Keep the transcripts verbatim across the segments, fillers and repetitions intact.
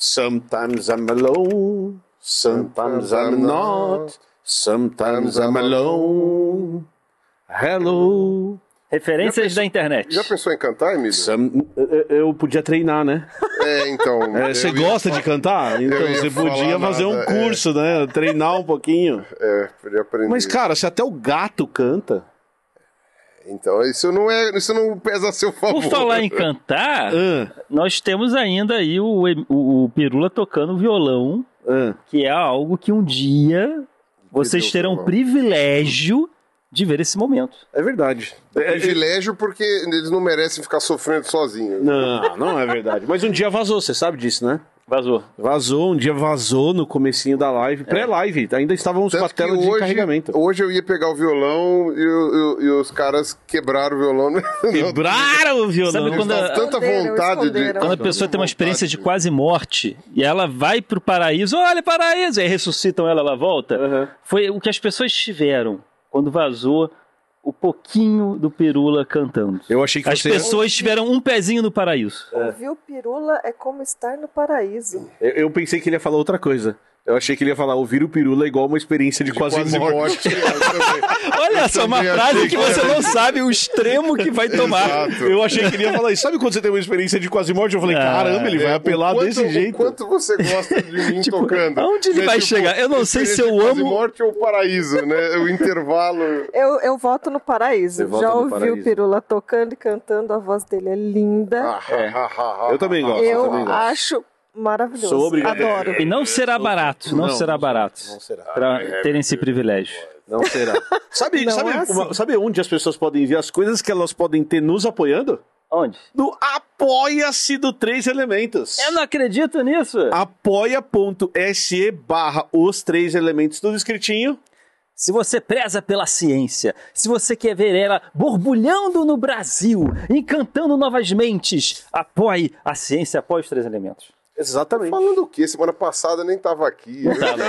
Sometimes I'm alone, sometimes I'm not, sometimes I'm alone. Hello. Referências Já da internet. Já pensou em cantar, Emílio? Some- eu- Eu podia treinar, né? É, então... É, eu você ia gosta falar- de cantar? Então eu ia você podia falar fazer um nada, é. curso, né? Treinar um pouquinho. É, podia aprender. Mas, cara, se até o gato canta... Então, isso não, é, isso não pesa a seu favor. Por falar em cantar, Ah, nós temos ainda aí o, o, o Pirula tocando violão, ah. que é algo que um dia vocês Deus, terão o irmão. privilégio de ver esse momento. É verdade. É É- é- privilégio porque eles não merecem ficar sofrendo sozinhos. Não, não é verdade. Mas um dia vazou, você sabe disso, né? Vazou. Vazou, um dia vazou no comecinho da live, pré-live, ainda estávamos com a Tanto que tela de hoje, carregamento. hoje eu ia pegar o violão e, o- e- e os caras quebraram o violão. Quebraram o violão. Sabe quando Eles a- estavam tanta Esconderam, vontade de... esconderam. Quando a pessoa tem uma experiência de quase morte e ela vai pro paraíso, olha paraíso, aí ressuscitam ela, ela volta. Aham. Foi o que as pessoas tiveram quando vazou o pouquinho do Pirula cantando. Eu achei que As você... pessoas tiveram um pezinho no paraíso. Ouvir o Pirula é como estar no paraíso. Eu, eu pensei que ele ia falar outra coisa. Eu achei que ele ia falar, ouvir o Pirula é igual uma experiência de, quase, morte. Olha só, uma também frase achei que que você era não sabe o extremo que vai tomar. Exato. Eu achei que ele ia falar isso. Sabe quando você tem uma experiência de quase morte? Eu falei, Ah, caramba, ele vai É, apelar o quanto- desse jeito. O quanto você gosta de mim tocando. aonde ele Né, vai chegar? Eu não sei se eu experiência de amo- quase morte ou paraíso, né? O intervalo... Eu, eu voto no paraíso. Você vota Já no ouvi paraíso. o Pirula tocando e cantando, a voz dele é linda. Ah, ah, ah, ah, Eu também gosto. eu também gosto. acho maravilhoso. Sou obrigado. Adoro. E não será barato, não, Não, será não barato. Não será. Pra terem esse privilégio. Não será. Sabe, Não sabe, é assim. uma- sabe onde as pessoas podem ver as coisas que elas podem ter nos apoiando? Onde? No Apoia-se do Três Elementos. Eu não acredito nisso. apoia.se barra os três elementos, tudo escritinho. Se você preza pela ciência, se você quer ver ela borbulhando no Brasil, encantando novas mentes, apoie a ciência, apoie os três elementos. Exatamente. Falando o quê? Semana passada eu nem tava aqui.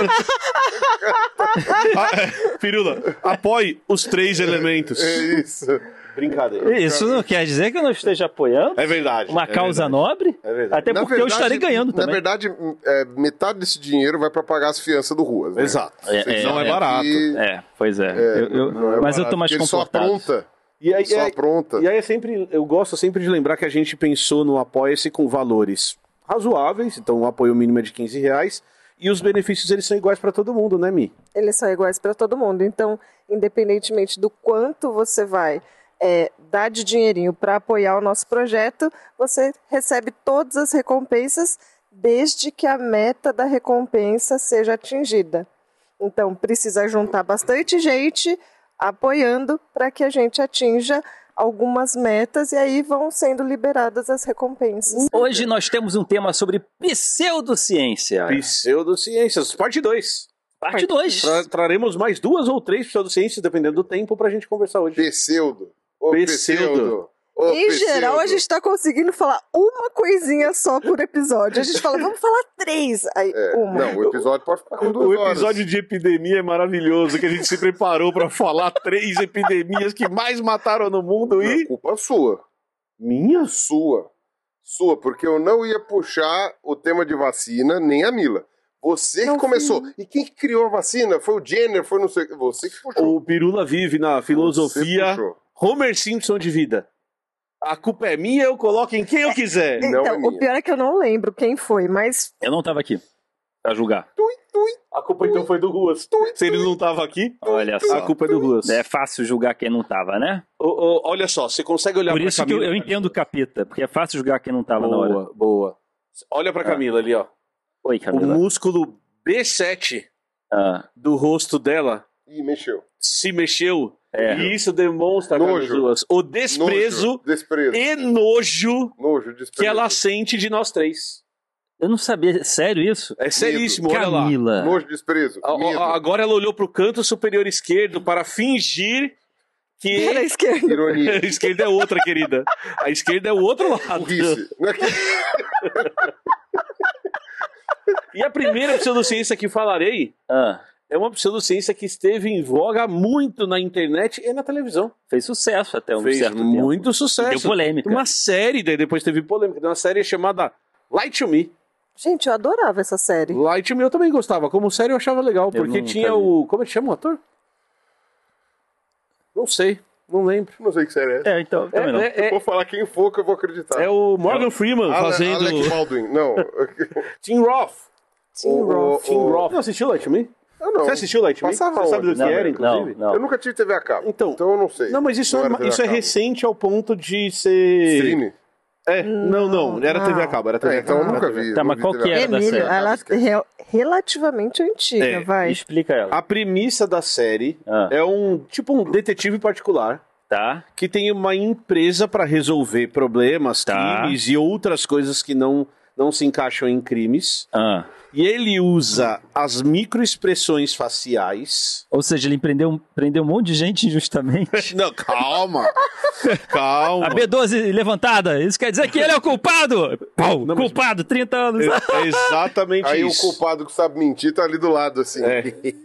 Ah, é, Pirula, apoie os três elementos. É isso. Brincadeira. Isso não quer dizer que eu não esteja apoiando É verdade. uma é causa verdade. nobre, É verdade. até Na porque eu verdade- estarei ganhando Na também. verdade, é, metade desse dinheiro vai pra pagar as fianças do Ruas. Né? Exato. É, Vocês é, não sabem é barato. que- É, pois é. É, Eu- eu- não é mas eu tô barato, mais porque ele só confortável. apronta. E aí, Só e aí- apronta. E aí é sempre, eu gosto sempre de lembrar que a gente pensou no Apoia-se com valores razoáveis, então o apoio mínimo é de quinze reais, e os benefícios eles são iguais para todo mundo, né, Mi? Eles são iguais para todo mundo. Então, independentemente do quanto você vai é, dar de dinheirinho para apoiar o nosso projeto, você recebe todas as recompensas desde que a meta da recompensa seja atingida. Então, precisa juntar bastante gente apoiando para que a gente atinja algumas metas e aí vão sendo liberadas as recompensas. Hoje nós temos um tema sobre pseudociência. Pseudociências, parte dois. Parte dois. Tra- traremos mais duas ou três pseudociências, dependendo do tempo, pra gente conversar hoje. Pseudo. Ô, Pseudo. Ô, Em pseudo. geral, a gente está conseguindo falar uma coisinha só por episódio. A gente fala, vamos falar três. Aí, É, uma. não, o episódio pode ficar com O duas horas. episódio de epidemia é maravilhoso, que a gente se preparou pra falar três epidemias que mais mataram no mundo Não, e... culpa sua. Minha? Sua. Sua, porque eu não ia puxar o tema de vacina, nem a Mila. Você que Não começou. fui. E quem que criou a vacina? Foi o Jenner, foi não sei o que. Você que puxou. O Pirula vive na Você filosofia puxou. Homer Simpson de vida. A culpa é minha, eu coloco em quem eu quiser. Não Então, é minha. o pior é que eu não lembro quem foi, mas Eu não tava aqui pra julgar. Tui, tui. A culpa então foi do Ruas. Se ele não tava aqui, Olha a só. culpa é do Ruas. É fácil julgar quem não tava, né? Ô, ô, olha só, você consegue olhar Por pra isso que eu, Camila? eu entendo o capeta, porque é fácil julgar quem não tava na hora. Boa, boa. Olha pra Camila ali, ó. Oi, O Camila. músculo B sete Ah, do rosto dela Ih, mexeu. se mexeu. É. E isso demonstra, Nojo. Carlos Ruas, o desprezo Nojo, desprezo. e nojo Nojo, desprezo. que ela sente de nós três. eu não sabia. Sério isso? É seríssimo, olha lá. Camila. Nojo, desprezo. A- a- Medo. Agora ela olhou pro canto superior esquerdo para fingir que... era a esquerda. Ironia. A esquerda é outra, querida. A esquerda é o outro lado. Burrice. Não é que- E a primeira pseudociência que falarei Ah, é uma pseudociência que esteve em voga muito na internet e na televisão. fez sucesso até um Fez certo tempo. muito sucesso. Deu polêmica. Uma série, daí depois teve polêmica. Uma série chamada Light to Me. Gente, eu adorava essa série. Light Me eu também gostava. Como série eu achava legal, porque nunca tinha vi. o... Como é que chama o ator? Não sei, não lembro. Não sei que série é essa. É, então, também não. É, Eu é, vou falar quem for que eu vou acreditar. é o Morgan Freeman Ale- fazendo... Alec Baldwin. Não. Tim Roth. Tim O- Roth. Tim o- Roth. Não assistiu Light Me? Eu não. Você assistiu Light Me? Passava Você sabe do onde? que Não, era, não, inclusive? não. Eu nunca tive T V a cabo. Então, Então eu não sei. Não, mas isso, Não é, era T V isso a é cabo. recente ao ponto de ser... Stream? É, não, não, era não. T V a cabo, era T V É, a então cabo. eu nunca era T V a vi. Tá, não mas vi qual T V que a era cabo. da Emílio, série? ela Esquece. é relativamente antiga, É, vai. Explica ela. A premissa da série Ah. é um tipo um detetive particular Tá? que tem uma empresa para resolver problemas, Tá. crimes e outras coisas que não, não se encaixam em crimes. Ah. E ele usa as microexpressões faciais. Ou seja, ele prendeu, prendeu um monte de gente injustamente. Não, calma. Calma. A B doze levantada, isso quer dizer que ele é o culpado! Pau, Não, mas- culpado, trinta anos. É, é exatamente Aí isso. o culpado que sabe mentir tá ali do lado, assim. É.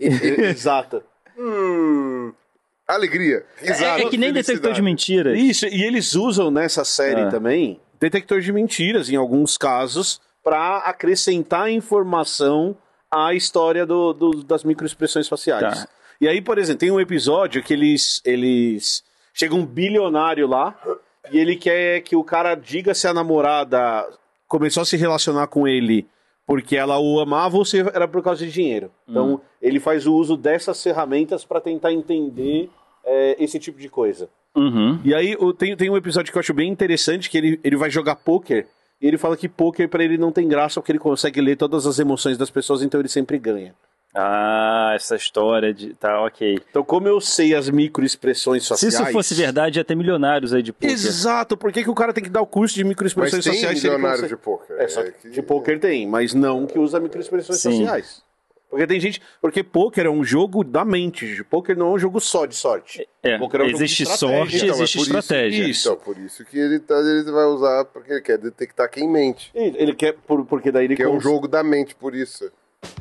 Exato. Hum, alegria. Risada, É, é que nem detector de felicidade. mentiras. Isso, e eles usam nessa série Ah. também detector de mentiras, em alguns casos, para acrescentar informação à história do, do- das microexpressões faciais. Tá. E aí, por exemplo, tem um episódio que eles, eles... Chega um bilionário lá e ele quer que o cara diga se a namorada começou a se relacionar com ele porque ela o amava ou se era por causa de dinheiro. Então, ele faz o uso dessas ferramentas para tentar entender é, esse tipo de coisa. Uhum. E aí o- tem, tem um episódio que eu acho bem interessante, que ele, ele vai jogar pôquer, e ele fala que pôquer pra ele não tem graça, porque ele consegue ler todas as emoções das pessoas, então ele sempre ganha. Ah, essa história de... Tá, ok. Então como eu sei as microexpressões Se sociais... isso fosse verdade, ia ter milionários aí de poker. Exato, por que, que o cara tem que dar o curso de Mas microexpressões tem sociais se ele milionário consegue... de pôquer. É, só É que que- de pôquer tem, mas não que usa microexpressões Sim. sociais. Porque tem gente... Porque pôquer é um jogo da mente, pôquer não é um jogo só de sorte. É, Pôquer é um jogo de existe estratégia. sorte, Então, é existe por isso- estratégia. Isso. Então, por isso que ele, tá, ele vai usar, porque ele quer detectar quem mente. Ele ele quer... por- Porque daí ele... Que é um cons- jogo da mente, por isso.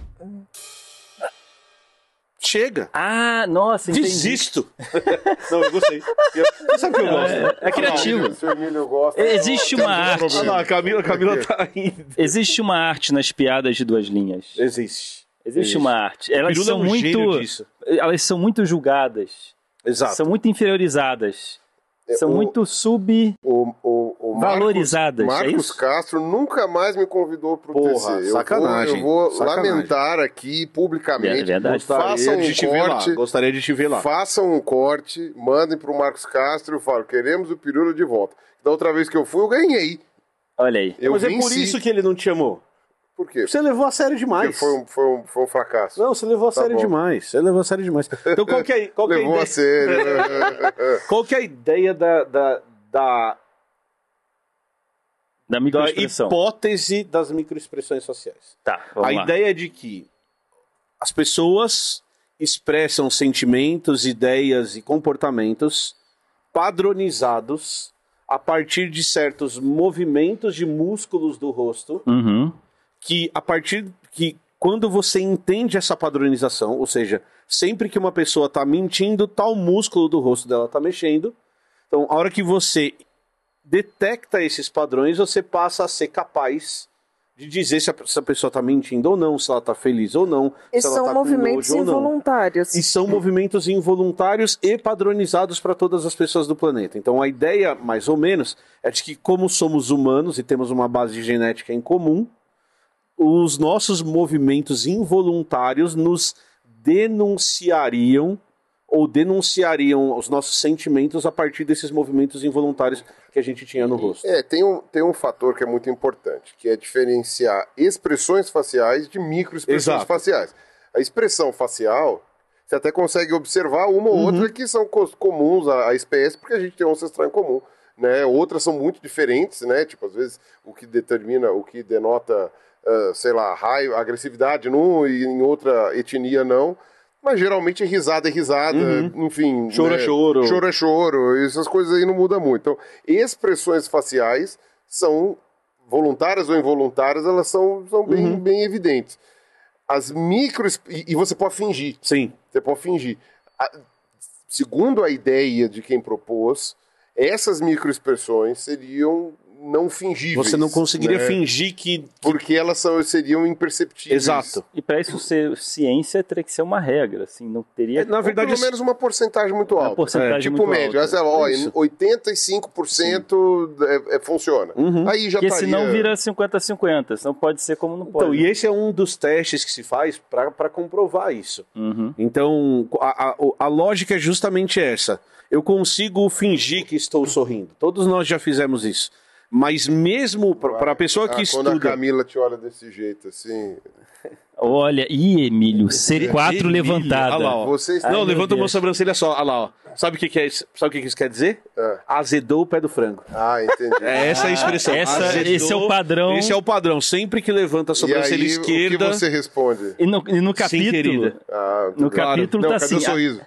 Chega. Ah, nossa, entendi. Desisto. Não, eu gostei. Eu, você sabe que eu gosto. É, é criativo. Se o Emílio gosta... Existe uma arte. Olha lá, a Camila, a Camila tá indo. Existe uma arte nas piadas de duas linhas. Existe. Existe uma arte. Elas Pirula são é um gênio muito, disso. elas são muito julgadas. Exato. São muito inferiorizadas. São o- muito sub. O, o, o Marcos- Valorizadas, é Marcos isso? Castro nunca mais me convidou pro Porra, T C. Eu sacanagem, Vou, eu vou sacanagem. lamentar aqui publicamente. É verdade. Gostaria Façam um de te ver corte. lá. Gostaria de te ver lá. Façam um corte, mandem pro Marcos Castro e falem, queremos o Pirula de volta. Da outra vez que eu fui, eu ganhei. Olha aí. Eu Mas é venci. por isso que ele não te chamou. Por quê? Você levou a sério Porque demais. foi um, foi, um, foi um fracasso. Não, você levou a Tá sério bom. demais. Você levou a sério demais. Então qual que é, qual que é a Levou ideia? a sério. Qual que é a ideia da, da, da, Da da microexpressão. hipótese das microexpressões sociais? Tá, vamos A lá. ideia é de que as pessoas expressam sentimentos, ideias e comportamentos padronizados a partir de certos movimentos de músculos do rosto, Uhum. que a partir que quando você entende essa padronização, ou seja, sempre que uma pessoa está mentindo, tal músculo do rosto dela está mexendo. Então, a hora que você detecta esses padrões, você passa a ser capaz de dizer se a, se a pessoa está mentindo ou não, se ela está feliz ou não, E se ela são tá com movimentos nojo ou não. involuntários. E são movimentos involuntários e padronizados para todas as pessoas do planeta. Então a ideia, mais ou menos, é de que como somos humanos e temos uma base de genética em comum, os nossos movimentos involuntários nos denunciariam ou denunciariam os nossos sentimentos a partir desses movimentos involuntários que a gente tinha no rosto. É, tem um, tem um fator que é muito importante, que é diferenciar expressões faciais de microexpressões Exato. faciais. A expressão facial, você até consegue observar uma ou Uhum. outra que são cos- comuns à, à espécie, porque a gente tem um ancestral em comum. Né? Outras são muito diferentes, né? Tipo, às vezes o que determina, o que denota, ah, sei lá, raiva, agressividade num e em outra etnia não. Mas geralmente risada é risada, enfim. Choro é né? choro. Choro é choro, essas coisas aí não mudam muito. Então, expressões faciais são voluntárias ou involuntárias, elas são, são bem, bem evidentes. As micro... E, e você pode fingir. Sim. Você pode fingir. A- segundo a ideia de quem propôs, essas microexpressões seriam não fingíveis. Você não conseguiria né? fingir que... Porque elas são, seriam imperceptíveis. Exato. E para isso ser ciência teria que ser uma regra, assim, não teria... É, na Ou verdade, pelo esse- menos uma porcentagem muito Uma alta. porcentagem É, tipo muito médio. alta. Essa, ó, Isso. oitenta e cinco por cento é, é, funciona. Uhum. Aí já Porque estaria... senão vira cinquenta a cinquenta, senão pode ser como não pode. Então, e esse é um dos testes que se faz para comprovar isso. Uhum. Então, a, a, a lógica é justamente essa. Eu consigo fingir que estou sorrindo. Todos nós já fizemos isso. Mas mesmo para a pessoa que Ah, estuda... Quando a Camila te olha desse jeito, assim... Olha, ih, Emílio, C quatro Emílio, levantada. olha lá, ó. Você está... Não, Ai, meu levanta uma Deus. sobrancelha só. Olha lá, ó. Sabe o que, que é isso? Sabe o que, que isso quer dizer? É. Azedou o pé do frango. Ah, entendi. É essa a expressão. Essa- Azedou. esse é o padrão. Esse é o padrão. Sempre que levanta a E sobrancelha aí, esquerda... o que você responde? E no, e no Sim, capítulo, querida. Ah, no tudo bem. capítulo Não, tá cadê assim... o sorriso?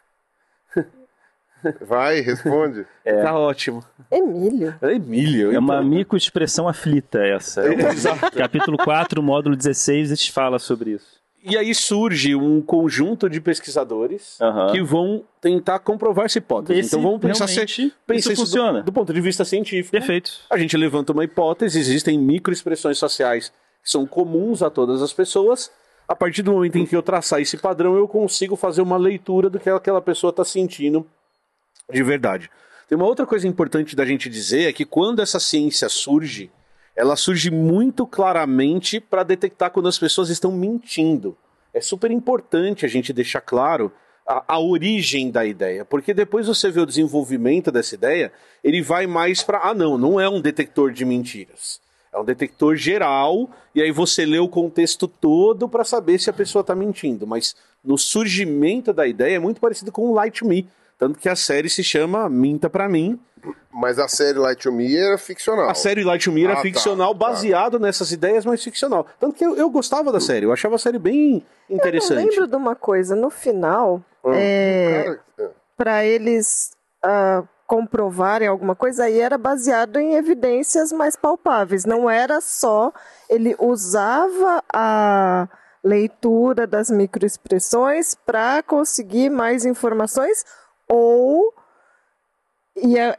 Vai, responde. Tá ótimo. Emílio. É Emílio. É uma então. microexpressão aflita essa. É o Exato. capítulo quatro, módulo dezesseis, a gente fala sobre isso. E aí surge um conjunto de pesquisadores Aham. que vão tentar comprovar essa hipótese. Ver então se vamos pensar se realmente pensa isso isso funciona. Do, do ponto de vista científico. Perfeito. A gente levanta uma hipótese, existem microexpressões sociais que são comuns a todas as pessoas. A partir do momento em que eu traçar esse padrão, eu consigo fazer uma leitura do que aquela pessoa está sentindo de verdade. Tem uma outra coisa importante da gente dizer, é que quando essa ciência surge, ela surge muito claramente para detectar quando as pessoas estão mentindo. É super importante a gente deixar claro a, a origem da ideia, porque depois você vê o desenvolvimento dessa ideia, ele vai mais para, ah não, não é um detector de mentiras. É um detector geral, e aí você lê o contexto todo para saber se a pessoa está mentindo. Mas no surgimento da ideia é muito parecido com o Lie to Me. Tanto que a série se chama Minta Pra Mim. Mas a série Lie to Me era ficcional. A série Lie to Me era Ah, tá, ficcional, tá. baseado nessas ideias, mas ficcional. Tanto que eu, eu gostava da série, eu achava a série bem interessante. Eu lembro de uma coisa, no final, é, Cara, é. para eles ah, comprovarem alguma coisa, aí era baseado em evidências mais palpáveis. Não era só, ele usava a leitura das microexpressões para conseguir mais informações, ou ia,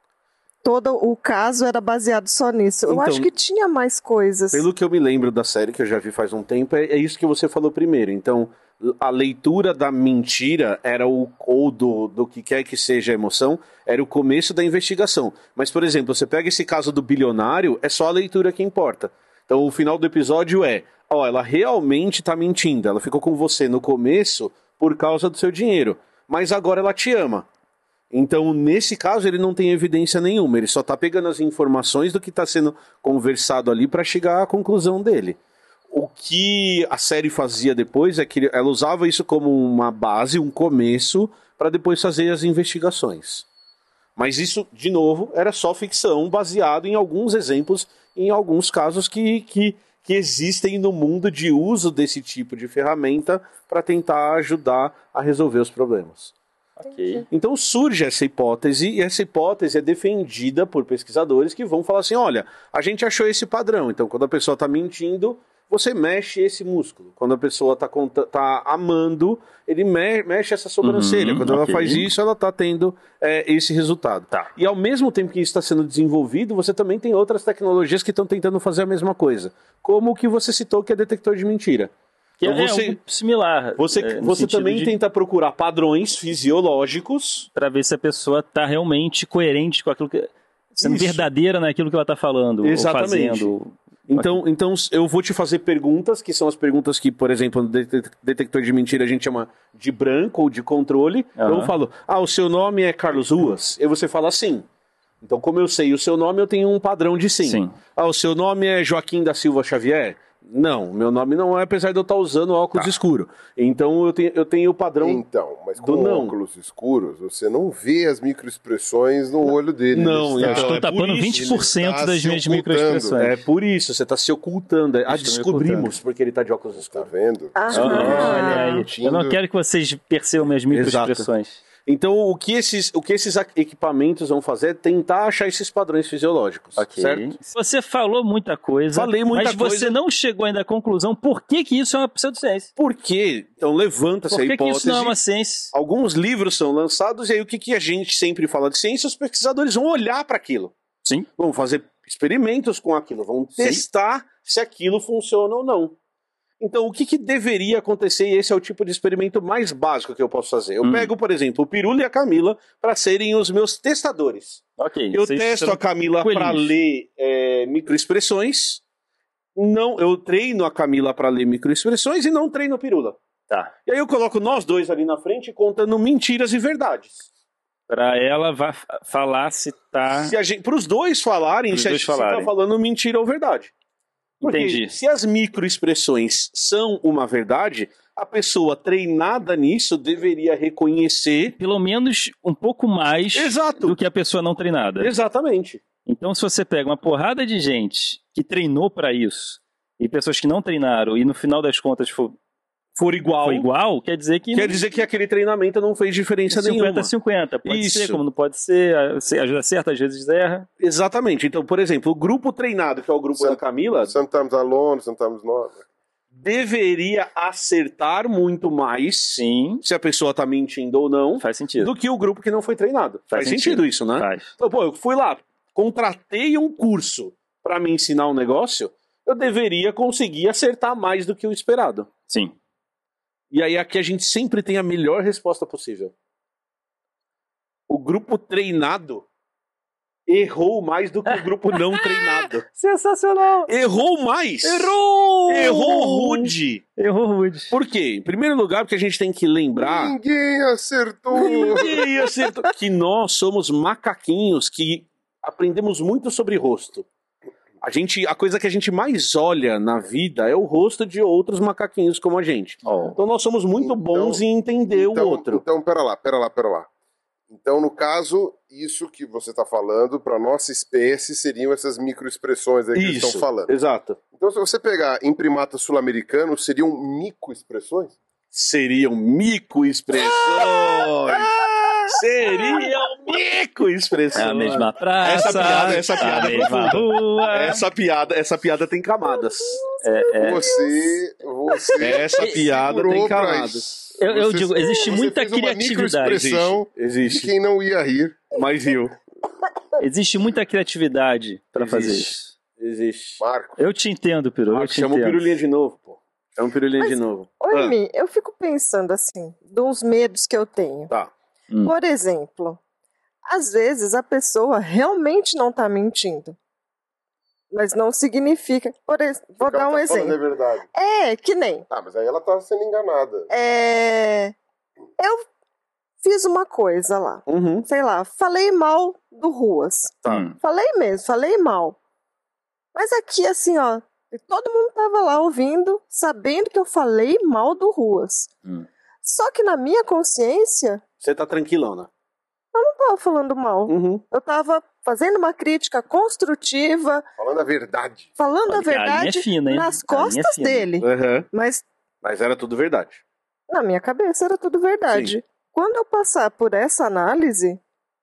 todo o caso era baseado só nisso. Eu Então, acho que tinha mais coisas. Pelo que eu me lembro da série, que eu já vi faz um tempo, é, é isso que você falou primeiro. Então, a leitura da mentira era o, ou do, do que quer que seja a emoção, era o começo da investigação. Mas, por exemplo, você pega esse caso do bilionário, é só a leitura que importa. Então, o final do episódio é, ó, ela realmente tá mentindo, ela ficou com você no começo por causa do seu dinheiro, mas agora ela te ama. Então, nesse caso, ele não tem evidência nenhuma, ele só tá pegando as informações do que tá sendo conversado ali para chegar à conclusão dele. O que a série fazia depois é que ela usava isso como uma base, um começo, para depois fazer as investigações. Mas isso, de novo, era só ficção, baseado em alguns exemplos, em alguns casos que, que, que existem no mundo de uso desse tipo de ferramenta para tentar ajudar a resolver os problemas. Ok. Então surge essa hipótese, e essa hipótese é defendida por pesquisadores que vão falar assim, olha, a gente achou esse padrão, então quando a pessoa está mentindo, você mexe esse músculo. Quando a pessoa está tá amando, ele me mexe essa sobrancelha. Uhum, quando ela ok. faz isso, ela está tendo é, esse resultado. Tá. E ao mesmo tempo que isso está sendo desenvolvido, você também tem outras tecnologias que estão tentando fazer a mesma coisa. Como o que você citou, que é detector de mentira. Que Então é você- algo similar. Você, é, no você sentido também de- tenta procurar padrões fisiológicos Para ver se a pessoa está realmente coerente com aquilo que... Sendo Isso. verdadeira naquilo que ela está falando Exatamente. ou fazendo. Então, então, eu vou te fazer perguntas, que são as perguntas que, por exemplo, no det- detector de mentira a gente chama de branco ou de controle. Então Aham. eu falo, ah, o seu nome é Carlos Ruas? E você fala sim. Então, como eu sei o seu nome, eu tenho um padrão de sim. Sim. Ah, o seu nome é Joaquim da Silva Xavier? Não, meu nome não é, apesar de eu estar usando óculos escuro. Então eu tenho, eu tenho o padrão. Então, mas do com não. óculos escuros, você não vê as microexpressões no olho dele. Não, Ele Eu está- então, estou é por tapando isso, vinte por cento ele está das se minhas ocultando. microexpressões. É por isso, você está se ocultando. Ah, Estou me descobrimos ocultando. porque ele está de óculos Tá escuros. vendo? Ah, Olha aí. Mentindo. Eu não quero que vocês percebam minhas microexpressões. Então, o que esses, o que esses a- equipamentos vão fazer é tentar achar esses padrões fisiológicos. Ok. Certo? Você falou muita coisa, Falei muita mas você coisa. não chegou ainda à conclusão por que, que isso é uma pseudociência. Por quê? Então, levanta-se Por a que, que hipótese. isso não é uma ciência? Alguns livros são lançados, e aí o que, que a gente sempre fala de ciência? Os pesquisadores vão olhar para aquilo. Sim. Vão fazer experimentos com aquilo, vão testar Sim. se aquilo funciona ou não. Então, o que, que deveria acontecer? E esse é o tipo de experimento mais básico que eu posso fazer. Eu hum. pego, por exemplo, o Pirula e a Camila para serem os meus testadores. Okay, eu testo a Camila para ler é, microexpressões. Não, eu treino a Camila para ler microexpressões e não treino o Pirula. Tá. E aí eu coloco nós dois ali na frente contando mentiras e verdades. Para ela vai falar se tá... Se a gente, para os dois falarem Pros se a dois gente falarem. tá falando mentira ou verdade. Porque Entendi. se as microexpressões são uma verdade, a pessoa treinada nisso deveria reconhecer... Pelo menos um pouco mais Exato. do que a pessoa não treinada. Exatamente. Então, se você pega uma porrada de gente que treinou para isso, e pessoas que não treinaram, e no final das contas for, for igual, for igual, quer dizer que... Quer não... dizer que aquele treinamento não fez diferença nenhuma. cinquenta a cinquenta. Pode Isso. ser, como não pode ser. Às vezes acerta, às vezes erra. Exatamente. Então, por exemplo, o grupo treinado, que é o grupo Some, da Camila... Sometimes alone, sometimes not. Deveria acertar muito mais Sim. se a pessoa tá mentindo ou não. Faz sentido. Do que o grupo que não foi treinado. Faz, Faz sentido. sentido isso, né? Faz. Então, pô, eu fui lá, contratei um curso para me ensinar um negócio, eu deveria conseguir acertar mais do que o esperado. Sim. E aí aqui a gente sempre tem a melhor resposta possível. O grupo treinado errou mais do que o grupo não treinado. Sensacional! Errou mais! Errou! Errou rude! Errou rude. Por quê? Em primeiro lugar, porque a gente tem que lembrar... Ninguém acertou! Ninguém acertou! Que nós somos macaquinhos que aprendemos muito sobre rosto. A, gente, a coisa que a gente mais olha na vida é o rosto de outros macaquinhos como a gente. Oh. Então nós somos muito então, bons em entender então, o outro. Então, pera lá, pera lá, pera lá. Então, no caso, isso que você está falando, para nossa espécie, seriam essas microexpressões aí que isso, eles estão falando. Exato. Então, se você pegar em primatas sul-americanos, seriam micoexpressões? Seriam micoexpressões! Seriam micoexpressões! É a mesma praça, essa piada, essa piada a mesma rua. Essa piada, essa piada tem camadas. É, é. Você, você... Essa piada tem camadas. Eu, eu você, digo, existe muita fez uma criatividade. Existe, existe. De quem não ia rir. Mas riu. Existe muita criatividade pra fazer isso. Existe. Marco. Eu te entendo, Piru. Marco, chama o Pirulinha de novo, pô. Chama o Pirulinha Mas, de novo. Oi, ah. Mi, eu fico pensando assim, dos medos que eu tenho. Tá. Hum. Por exemplo, às vezes a pessoa realmente não tá mentindo. Mas não significa... Por ex... Vou dar um tá exemplo. É verdade. É, que nem... Ah, mas aí ela tá sendo enganada. É... Eu fiz uma coisa lá. Uhum. Sei lá, falei mal do Ruas. Tá. Falei mesmo, falei mal. Mas aqui, assim, ó... Todo mundo tava lá ouvindo, sabendo que eu falei mal do Ruas. Hum. Só que na minha consciência... Você tá tranquilão, né? Eu não tava falando mal. Uhum. Eu tava fazendo uma crítica construtiva. Falando a verdade. Falando a A linha verdade é fina, hein? nas A linha é costas fina. dele. Uhum. Mas Mas era tudo verdade. na minha cabeça era tudo verdade. Sim. Quando eu passar por essa análise,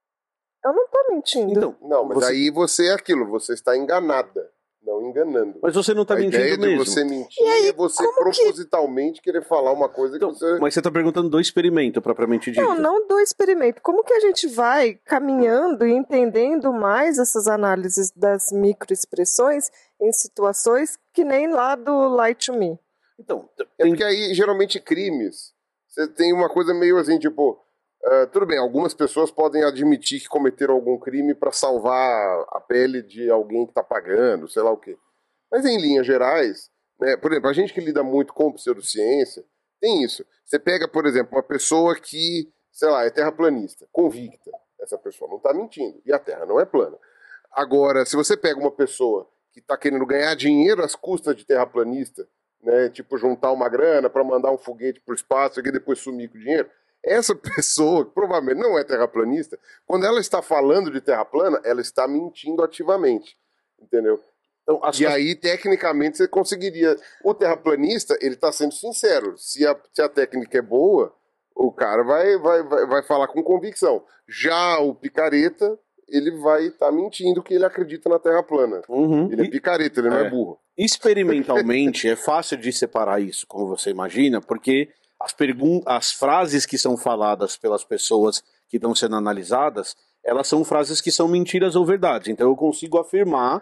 eu não tô mentindo. Então, Não, mas você... aí você é aquilo, você está enganada, não enganando. Mas você não tá a mentindo ideia mesmo. de você mentir E aí, é você como propositalmente querer falar uma coisa Então, que você... mas você tá perguntando do experimento, propriamente dito. Não, não do experimento. Como que a gente vai caminhando e entendendo mais essas análises das microexpressões em situações que nem lá do Lie to Me? Então, É tem... porque aí, geralmente, crimes, você tem uma coisa meio assim, tipo... Uh, tudo bem, algumas pessoas podem admitir que cometeram algum crime para salvar a pele de alguém que está pagando, sei lá o quê. Mas em linhas gerais, né, por exemplo, a gente que lida muito com pseudociência, tem isso. Você pega, por exemplo, uma pessoa que, sei lá, é terraplanista, convicta. Essa pessoa não está mentindo, e a Terra não é plana. Agora, se você pega uma pessoa que está querendo ganhar dinheiro às custas de terraplanista, né, tipo juntar uma grana para mandar um foguete para o espaço e depois sumir com o dinheiro, essa pessoa, que provavelmente não é terraplanista, quando ela está falando de terra plana, ela está mentindo ativamente, entendeu? Então, as... E aí, tecnicamente, você conseguiria... O terraplanista, ele está sendo sincero. Se a, se a técnica é boa, o cara vai, vai, vai, vai falar com convicção. Já o picareta, ele vai estar tá mentindo que ele acredita na terra plana. Uhum. Ele é picareta, ele não é, é burro. Experimentalmente, é fácil de separar isso, como você imagina, porque... As, pergun- as frases que são faladas pelas pessoas que estão sendo analisadas, elas são frases que são mentiras ou verdades. Então eu consigo afirmar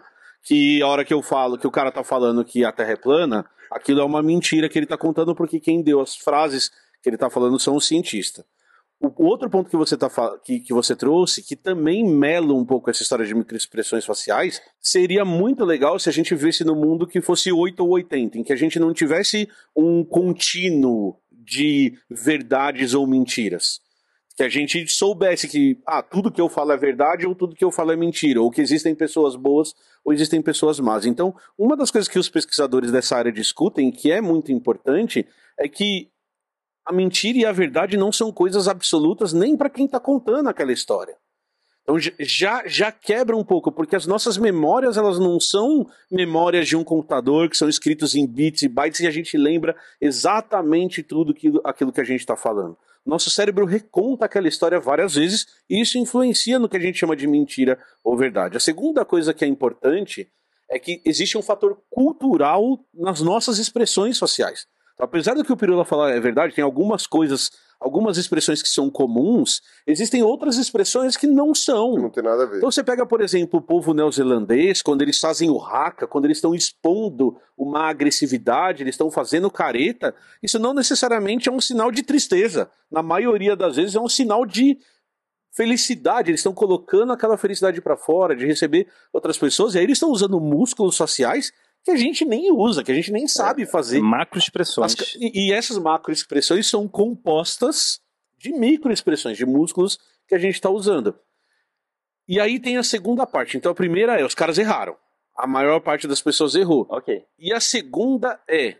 que a hora que eu falo, que o cara tá falando que a Terra é plana, aquilo é uma mentira que ele tá contando, porque quem deu as frases que ele tá falando são os cientistas. O outro ponto que você, tá, que, que você trouxe, que também mela um pouco essa história de microexpressões faciais, seria muito legal se a gente visse no mundo que fosse oito ou oitenta, em que a gente não tivesse um contínuo de verdades ou mentiras. Que a gente soubesse que ah, tudo que eu falo é verdade ou tudo que eu falo é mentira, ou que existem pessoas boas ou existem pessoas más. Então, uma das coisas que os pesquisadores dessa área discutem, que é muito importante, é que a mentira e a verdade não são coisas absolutas nem para quem está contando aquela história. Então já, já quebra um pouco, porque as nossas memórias, elas não são memórias de um computador que são escritos em bits e bytes e a gente lembra exatamente tudo aquilo, aquilo que a gente está falando. Nosso cérebro reconta aquela história várias vezes e isso influencia no que a gente chama de mentira ou verdade. A segunda coisa que é importante é que existe um fator cultural nas nossas expressões sociais. Apesar do que o Pirula falar é verdade, tem algumas coisas, algumas expressões que são comuns, existem outras expressões que não são. Não tem nada a ver. Então você pega, por exemplo, o povo neozelandês, quando eles fazem o haka, quando eles estão expondo uma agressividade, eles estão fazendo careta, isso não necessariamente é um sinal de tristeza. Na maioria das vezes é um sinal de felicidade, eles estão colocando aquela felicidade para fora, de receber outras pessoas, e aí eles estão usando músculos sociais que a gente nem usa, que a gente nem sabe fazer. Macroexpressões. As, e, e essas macroexpressões são compostas de microexpressões, de músculos que a gente está usando. E aí tem a segunda parte. Então a primeira é, os caras erraram. A maior parte das pessoas errou. Ok. E a segunda é,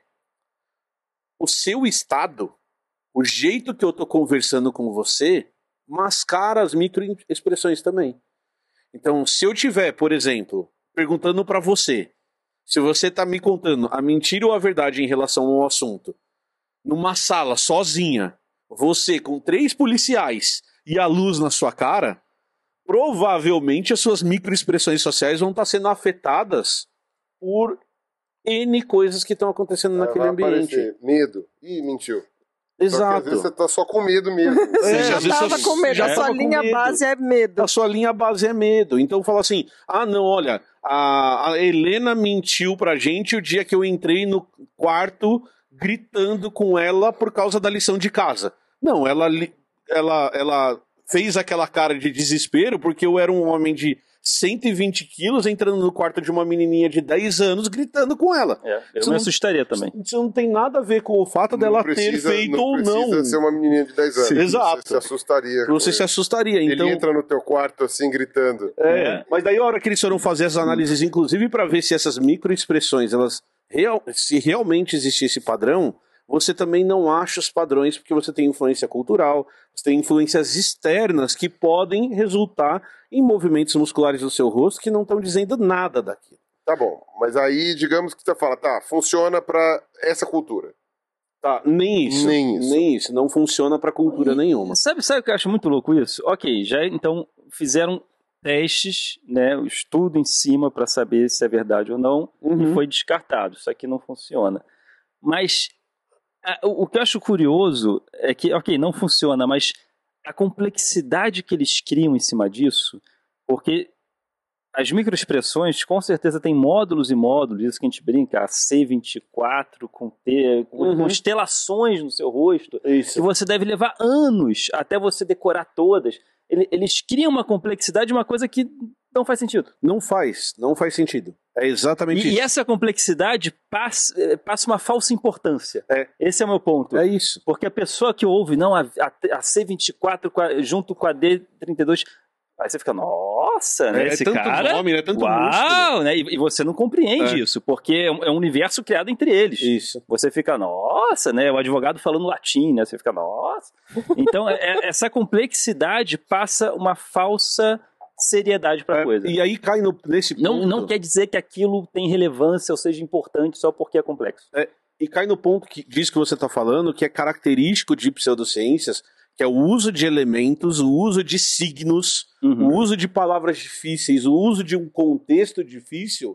o seu estado, o jeito que eu estou conversando com você, mascara as microexpressões também. Então se eu tiver, por exemplo, perguntando para você, se você está me contando a mentira ou a verdade em relação ao assunto, numa sala sozinha, você com três policiais e a luz na sua cara, provavelmente as suas microexpressões sociais vão estar sendo afetadas por N coisas que estão acontecendo Ah, naquele vai ambiente. aparecer medo. Ih, mentiu. Só que às Exato. vezes você tá só com medo mesmo. Você É, já às vezes estava eu- com medo, já a sua tava com linha medo. base é medo. A sua linha base é medo. Então fala assim, ah não, olha, a, a Helena mentiu pra gente o dia que eu entrei no quarto gritando com ela por causa da lição de casa. Não, ela, li- ela, ela fez aquela cara de desespero porque eu era um homem de cento e vinte quilos entrando no quarto de uma menininha de dez anos gritando com ela. É, eu Isso me não- assustaria também. Isso não tem nada a ver com o fato dela precisa- ter feito não ou não. precisa ser uma menininha de dez anos. Sim, exato. Você se assustaria. com Você ele. se assustaria. Então, Ele entra no teu quarto assim, gritando. É, mas daí a hora que eles foram fazer as análises, inclusive para ver se essas microexpressões, elas real, se realmente existir esse padrão, você também não acha os padrões porque você tem influência cultural, você tem influências externas que podem resultar em movimentos musculares do seu rosto que não estão dizendo nada daquilo. Tá bom, mas aí digamos que você fala, tá, funciona pra essa cultura. Tá, nem isso. Nem isso. Nem isso. Não funciona para cultura nenhuma. Sabe, sabe o que eu acho muito louco isso? Ok, já então fizeram testes, né, o estudo em cima para saber se é verdade ou não, Uhum. e foi descartado. Isso aqui não funciona. Mas a- o o que eu acho curioso é que, ok, não funciona, mas a complexidade que eles criam em cima disso, porque as microexpressões com certeza tem módulos e módulos, isso que a gente brinca, a C vinte e quatro com T, com Uhum. constelações no seu rosto, que Isso. você deve levar anos até você decorar todas. Ele- Eles criam uma complexidade, uma coisa que não faz sentido. Não faz. Não faz sentido. É exatamente E, e isso. essa complexidade passa, eh, passa uma falsa importância. É. Esse é o meu ponto. É isso. Porque a pessoa que ouve, não, a, a, a C vinte e quatro com a- junto com a D trinta e dois, aí você fica, nossa, né, É, esse é tanto cara... nome, né? Tanto Uau, músculo. né? E, e você não compreende É. isso, porque é um, é um universo criado entre eles. Isso. Você fica, nossa, né? O advogado falando latim, né? Você fica, nossa. Então, é- é- essa complexidade passa uma falsa seriedade para a É, coisa. e aí cai no, nesse ponto. Não, não quer dizer que aquilo tem relevância ou seja importante só porque é complexo. E cai no ponto que, disso que você está falando, que é característico de pseudociências, que é o uso de elementos, o uso de signos, Uhum. o uso de palavras difíceis, o uso de um contexto difícil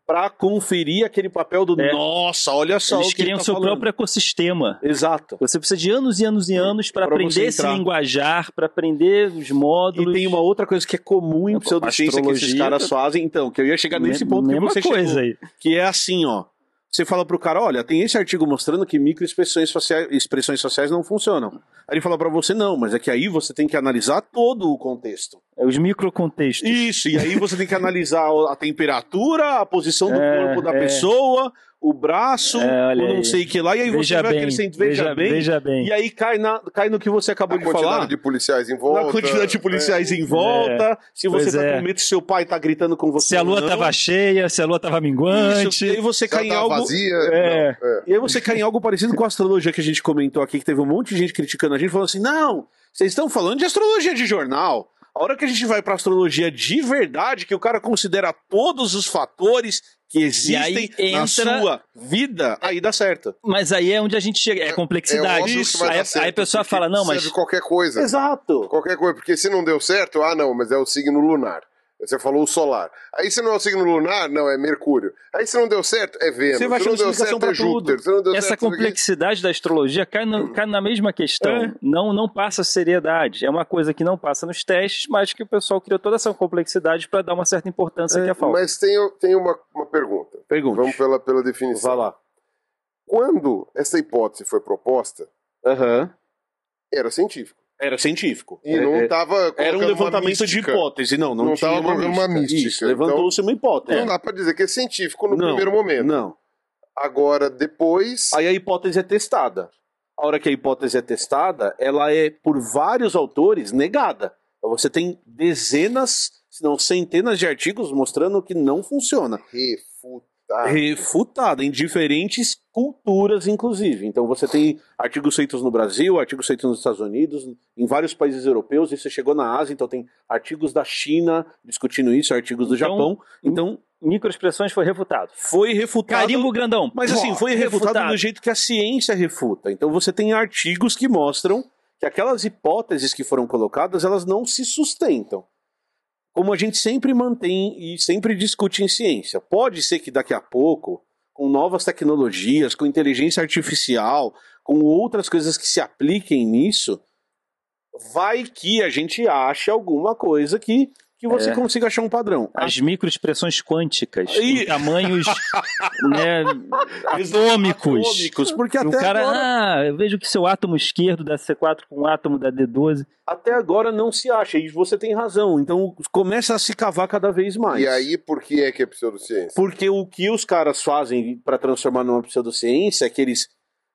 para conferir aquele papel do É. nossa, olha só Eles o que ele criam tá seu falando. próprio ecossistema. Exato. Você precisa de anos e anos e anos para Pra você aprender esse entrar. linguajar, para aprender os módulos. E tem uma outra coisa que é comum em Pô, pseudociência que esses astrologia, caras fazem, então, que eu ia chegar nesse Me- ponto que mesma você coisa chegou. aí. Que é assim, ó. Você fala pro cara, olha, tem esse artigo mostrando que microexpressões sociais, expressões sociais não funcionam. Aí ele fala pra você, não, mas é que aí você tem que analisar todo o contexto. É os microcontextos. Isso, e aí você tem que analisar a temperatura, a posição do É, corpo da é. pessoa, o braço, É, olha o não aí. sei o que lá, e aí Veja você vai bem, acrescentando, veja, veja- bem, veja bem. e aí cai, na, cai no que você acabou A de quantidade falar. de policiais em volta. Na quantidade de policiais em volta, se você pois tá é. com medo se seu pai tá gritando com você. Se a lua ou não. tava cheia, se a lua tava minguante. Isso, e aí você Se ela cai em tá algo. vazia. É. não, é. E aí você cai em algo parecido com a astrologia que a gente comentou aqui, que teve um monte de gente criticando a gente, falando assim: não, vocês estão falando de astrologia de jornal. A hora que a gente vai pra astrologia de verdade, que o cara considera todos os fatores que existem aí na entra- sua vida, aí dá certo. Mas aí é onde a gente chega, é complexidade. É óbvio que vai aí, dar certo, aí a pessoa porque fala, não, mas serve qualquer coisa. Exato. Qualquer coisa, porque se não deu certo, ah não, mas é o signo lunar. Você falou o solar. Aí se não é o signo lunar, não, é Mercúrio. Aí se não deu certo, é Vênus. Você vai se não achando deu explicação certo, é pra tudo. Júpiter. Se não deu essa certo, não sei o quê. complexidade da astrologia cai, no- cai na mesma questão. É. Não, não passa seriedade. É uma coisa que não passa nos testes, mas que o pessoal criou toda essa complexidade para dar uma certa importância que é falta. Mas tem, tem uma, uma pergunta. Pergunte. Vamos pela, pela definição. Vai lá. Quando essa hipótese foi proposta, Aham. era científico. Era científico. E não É- estava era um levantamento de hipótese. Não, não, Não tinha tava uma colocando mística. uma mística. Isso, levantou-se uma hipótese. Não dá para dizer que é científico no Não, primeiro momento. Não. Agora, depois... Aí a hipótese é testada. A hora que a hipótese é testada, ela é, por vários autores, negada. Então você tem dezenas, se não centenas de artigos mostrando que não funciona. Refutar. Refutada em diferentes culturas, inclusive. Então você tem artigos feitos no Brasil, artigos feitos nos Estados Unidos, em vários países europeus, isso chegou na Ásia, então tem artigos da China discutindo isso, artigos do Então, Japão. Então Microexpressões foi refutado. foi refutado. Carimbo grandão. Mas assim, foi refutado, do jeito que a ciência refuta. Então você tem artigos que mostram que aquelas hipóteses que foram colocadas, elas não se sustentam. Como a gente sempre mantém e sempre discute em ciência. Pode ser que daqui a pouco, com novas tecnologias, com inteligência artificial, com outras coisas que se apliquem nisso, vai que a gente ache alguma coisa que, que você É. consiga achar um padrão. As microexpressões quânticas, Ih. em tamanhos né, atômicos. Atômicos, porque O até cara, agora... ah, eu vejo que seu átomo esquerdo da C quatro com o átomo da D doze. Até agora não se acha, e você tem razão. Então começa a se cavar cada vez mais. E aí, por que é que é pseudociência? Porque o que os caras fazem para transformar numa pseudociência é que eles,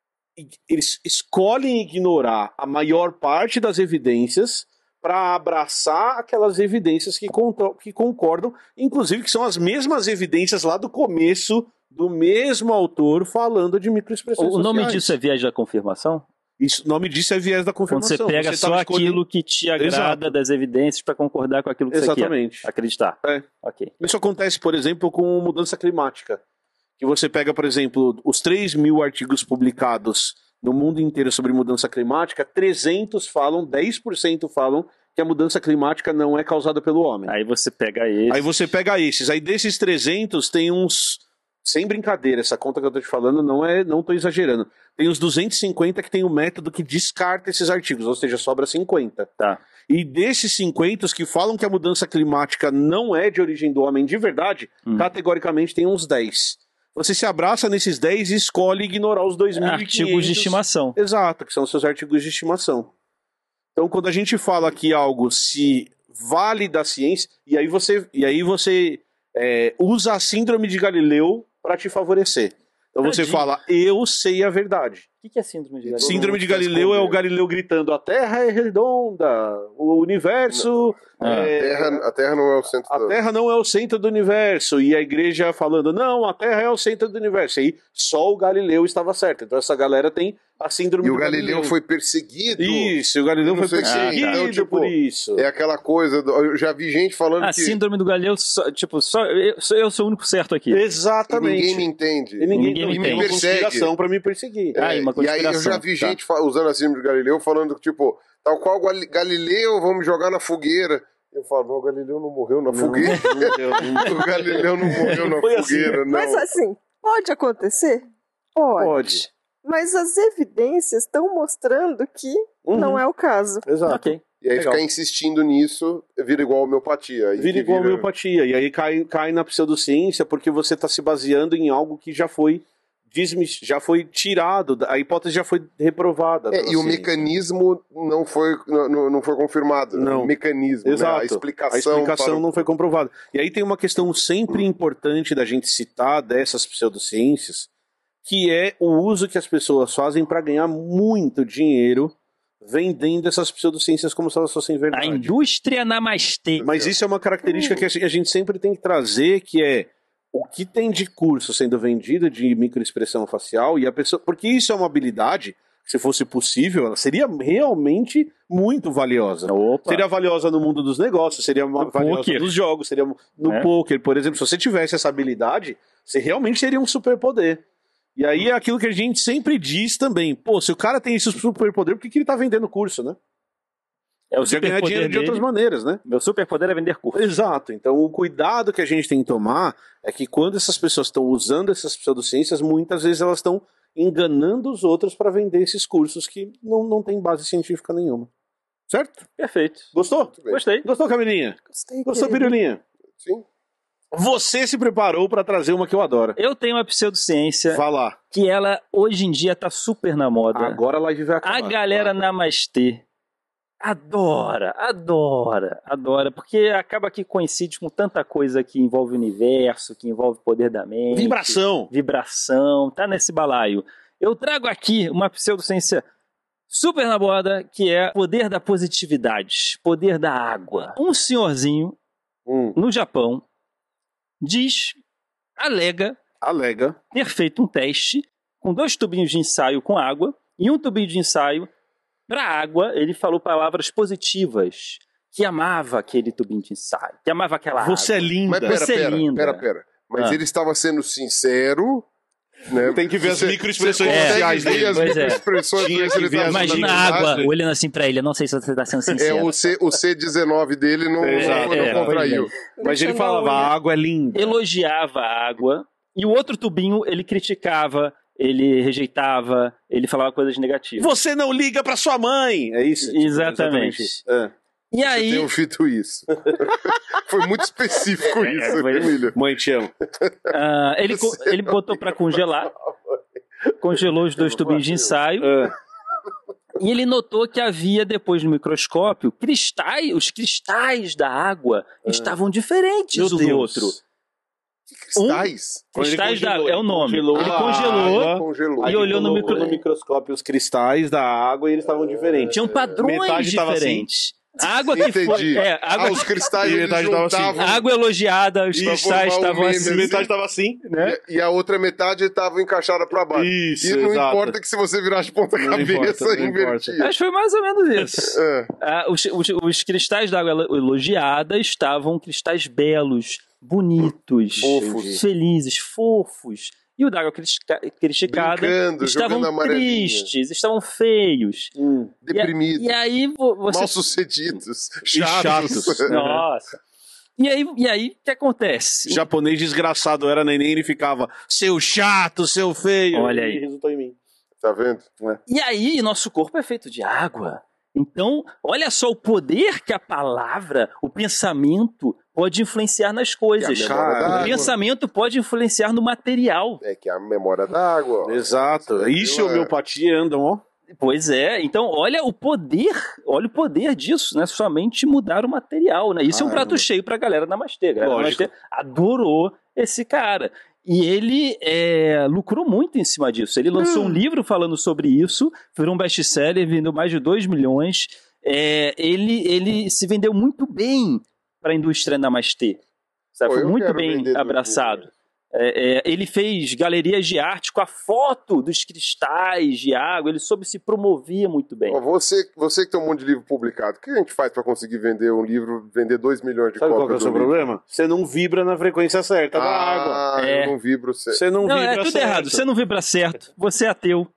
eles escolhem ignorar a maior parte das evidências para abraçar aquelas evidências que, contro- que concordam, inclusive que são as mesmas evidências lá do começo do mesmo autor falando de microexpressões O nome sociais. disso é viés da confirmação? Isso, o nome disso é viés da Quando confirmação. você pega tá só escolhendo- aquilo que te agrada Exato. das evidências para concordar com aquilo que Exatamente. você quer acreditar. É. Ok. Isso acontece, por exemplo, com mudança climática. Que você pega, por exemplo, os três mil artigos publicados no mundo inteiro sobre mudança climática, trezentos falam, dez por cento falam que a mudança climática não é causada pelo homem. Aí você pega esse. Aí você pega esses. Aí desses trezentos tem uns... Sem brincadeira, essa conta que eu tô te falando não é, não tô exagerando. Tem uns duzentos e cinquenta que tem um método que descarta esses artigos, ou seja, sobra cinquenta. Tá. E desses cinquenta, os que falam que a mudança climática não é de origem do homem de verdade, Hum. categoricamente tem uns dez. Você se abraça nesses dez e escolhe ignorar os dois mil e quinhentos. Artigos de estimação. Exato, que são os seus artigos de estimação. Então, quando a gente fala que algo se vale da ciência, e aí você, e aí você é, usa a síndrome de Galileu para te favorecer. Então você Tadinho. fala, eu sei a verdade. O que é síndrome de Galileu? Síndrome de mundo tá Galileu é o escondendo. Galileu gritando, a Terra é redonda, o universo... Ah. A é, Terra, a Terra não é o centro a da... Terra não é o centro do universo. E a igreja falando, não, a Terra é o centro do universo. E aí só o Galileu estava certo. Então essa galera tem a síndrome E do o Galileu Galileu. foi perseguido. Isso, o Galileu Não foi sei se- perseguido então, tipo, por isso. É aquela coisa... do- Eu já vi gente falando A que síndrome do Galileu, só- tipo, só eu, sou- eu sou o único certo aqui. Exatamente. ninguém me entende. E ninguém, ninguém me tem uma persegue. conspiração pra me perseguir. Ah, e uma e aí eu conspiração, já vi tá. gente fa- usando a síndrome de Galileu falando que, tipo, tal qual Gal- Galileu, vamos jogar na fogueira. Eu falo, o Galileu não morreu na Não, fogueira. não morreu, não- O Galileu não morreu na Foi assim. fogueira, não. Mas assim, pode acontecer? Pode. Pode. Mas as evidências estão mostrando que Uhum. não é o caso. Exato. Ok. E aí Legal. ficar insistindo nisso vira igual a homeopatia. Aí Vira que igual a homeopatia. E aí cai, cai na pseudociência porque você está se baseando em algo que já foi desmis... já foi tirado, a hipótese já foi reprovada. É, pela e o ciência. mecanismo não foi, não, não foi confirmado. Não. O mecanismo, né? Exato. A explicação. A explicação para o- não foi comprovada. E aí tem uma questão sempre importante da gente citar dessas pseudociências, que é o uso que as pessoas fazem para ganhar muito dinheiro vendendo essas pseudociências como se elas fossem A verdade. indústria namastê. Mas isso é uma característica que a gente sempre tem que trazer, que é o que tem de curso sendo vendido de microexpressão facial e a pessoa, porque isso é uma habilidade, se fosse possível, ela seria realmente muito valiosa. Opa. Seria valiosa no mundo dos negócios, seria uma- No valiosa poker. nos jogos, seria no É. poker, por exemplo. Se você tivesse essa habilidade, você realmente teria um superpoder. E aí é aquilo que a gente sempre diz também. Pô, se o cara tem esse superpoder, por que, que ele tá vendendo curso, né? É o Podia ganhar superpoder dinheiro de dele. outras maneiras, né? Meu superpoder é vender curso. Exato. Então, o cuidado que a gente tem que tomar é que quando essas pessoas estão usando essas pseudociências, muitas vezes elas estão enganando os outros para vender esses cursos que não, não tem base científica nenhuma. Certo? Perfeito. Gostou? bem. Gostei. Gostou, Camilinha? Gostei, Gostou, querido. Pirulinha? Sim. Você se preparou para trazer uma que eu adoro. Eu tenho uma pseudociência Vá lá. que ela hoje em dia tá super na moda. Agora a live vai acabar. A galera namastê adora, adora, adora, porque acaba que coincide com tanta coisa que envolve o universo, que envolve o poder da mente. Vibração. Vibração, tá nesse balaio. Eu trago aqui uma pseudociência super na moda, que é poder da positividade, poder da água. Um senhorzinho Hum, no Japão diz, alega alega. ter feito um teste com dois tubinhos de ensaio com água e um tubinho de ensaio para água. Ele falou palavras positivas, que amava aquele tubinho de ensaio, que amava aquela Você é água. linda. Mas pera, Você é pera, linda. pera, pera. Mas Ah. ele estava sendo sincero, né? Tem que ver as Você- microexpressões você consegue sociais ver dele. as Pois é. microexpressões Tinha que que ele ver tá as usando Imagina na a água imagem. olhando assim para ele. Eu não sei se você está sendo É, sincero. o, C, o C dezenove dele não, Exato, não, não é, contraiu. Mas ele Deixando falava, a unha. a água é linda. Elogiava a água e o outro tubinho ele criticava, ele rejeitava, ele falava coisas negativas. Você não liga pra sua mãe. É isso? Exatamente. isso. É. E Você aí, tem feito isso. Foi muito específico É, isso, foi- Emílio. Mãe, te amo. ah, ele, co- Você ele não botou liga para pra congelar, congelou os dois tubinhos de ensaio. É. E ele notou que havia, depois no microscópio, cristais, os cristais da água estavam diferentes Meu um do Deus. outro. Que cristais? Quando ele Cristais da congelou, água, é o nome. congelou Ele a congelou água, Congelou. e olhou no colocou micro- no microscópio os cristais da água e eles estavam diferentes. Tinham padrões Metade tava diferentes. A água que Entendi. foi. É, a água, Ah, os cristais E eles metade tava assim. juntavam. a água elogiada, os Isso, cristais formar um estavam meme, assim. Metade estava assim. Né? E, e a outra metade estava encaixada para baixo. Isso, e não exato. importa que se você virar de ponta Não cabeça, importa, não invertia. Acho que foi mais ou menos isso. É. Ah, os, os- os cristais da água elogiada estavam cristais belos, bonitos, Fofos. felizes, fofos. E o da água critica- criticada Brincando, estavam jogando amarelinha. tristes, estavam feios. Hum. E a- Deprimidos. E, aí vo- você. Mal sucedidos. chatos. Chatos. Nossa. E aí, e aí, o que acontece? Japonês desgraçado era neném, ele ficava, seu chato, seu feio. Olha aí. E resultou em mim. Tá vendo? E aí, nosso corpo é feito de água. Então, olha só o poder que a palavra, o pensamento, pode influenciar nas coisas. Que a memória da O água. pensamento pode influenciar no material. É que a memória da água. ó. Exato. Isso e É. homeopatia andam, ó. Pois é, então olha o poder, olha o poder disso, né? Somente mudar o material, né? Isso é um Caramba. prato cheio pra galera da Namastê. A galera da Lógico. Namastê adorou esse cara. E ele é, lucrou muito em cima disso. Ele lançou Hum. um livro falando sobre isso, virou um best-seller, vendeu mais de dois milhões. É, ele, ele se vendeu muito bem para a indústria Namastê. Sabe? Pô, Foi eu muito quero bem vender do abraçado. livro. É, é, ele fez galerias de arte com a foto dos cristais de água, ele soube se promover muito bem. Ó, você, você que tem um monte de livro publicado, o que a gente faz pra conseguir vender um livro, vender dois milhões de Sabe qual que é o cópias seu do livro? problema? Você não vibra na frequência certa da água. Ah, É. eu não vibro. Você... Você não, Não, vibra é tudo certo. errado, você não vibra certo, você é ateu,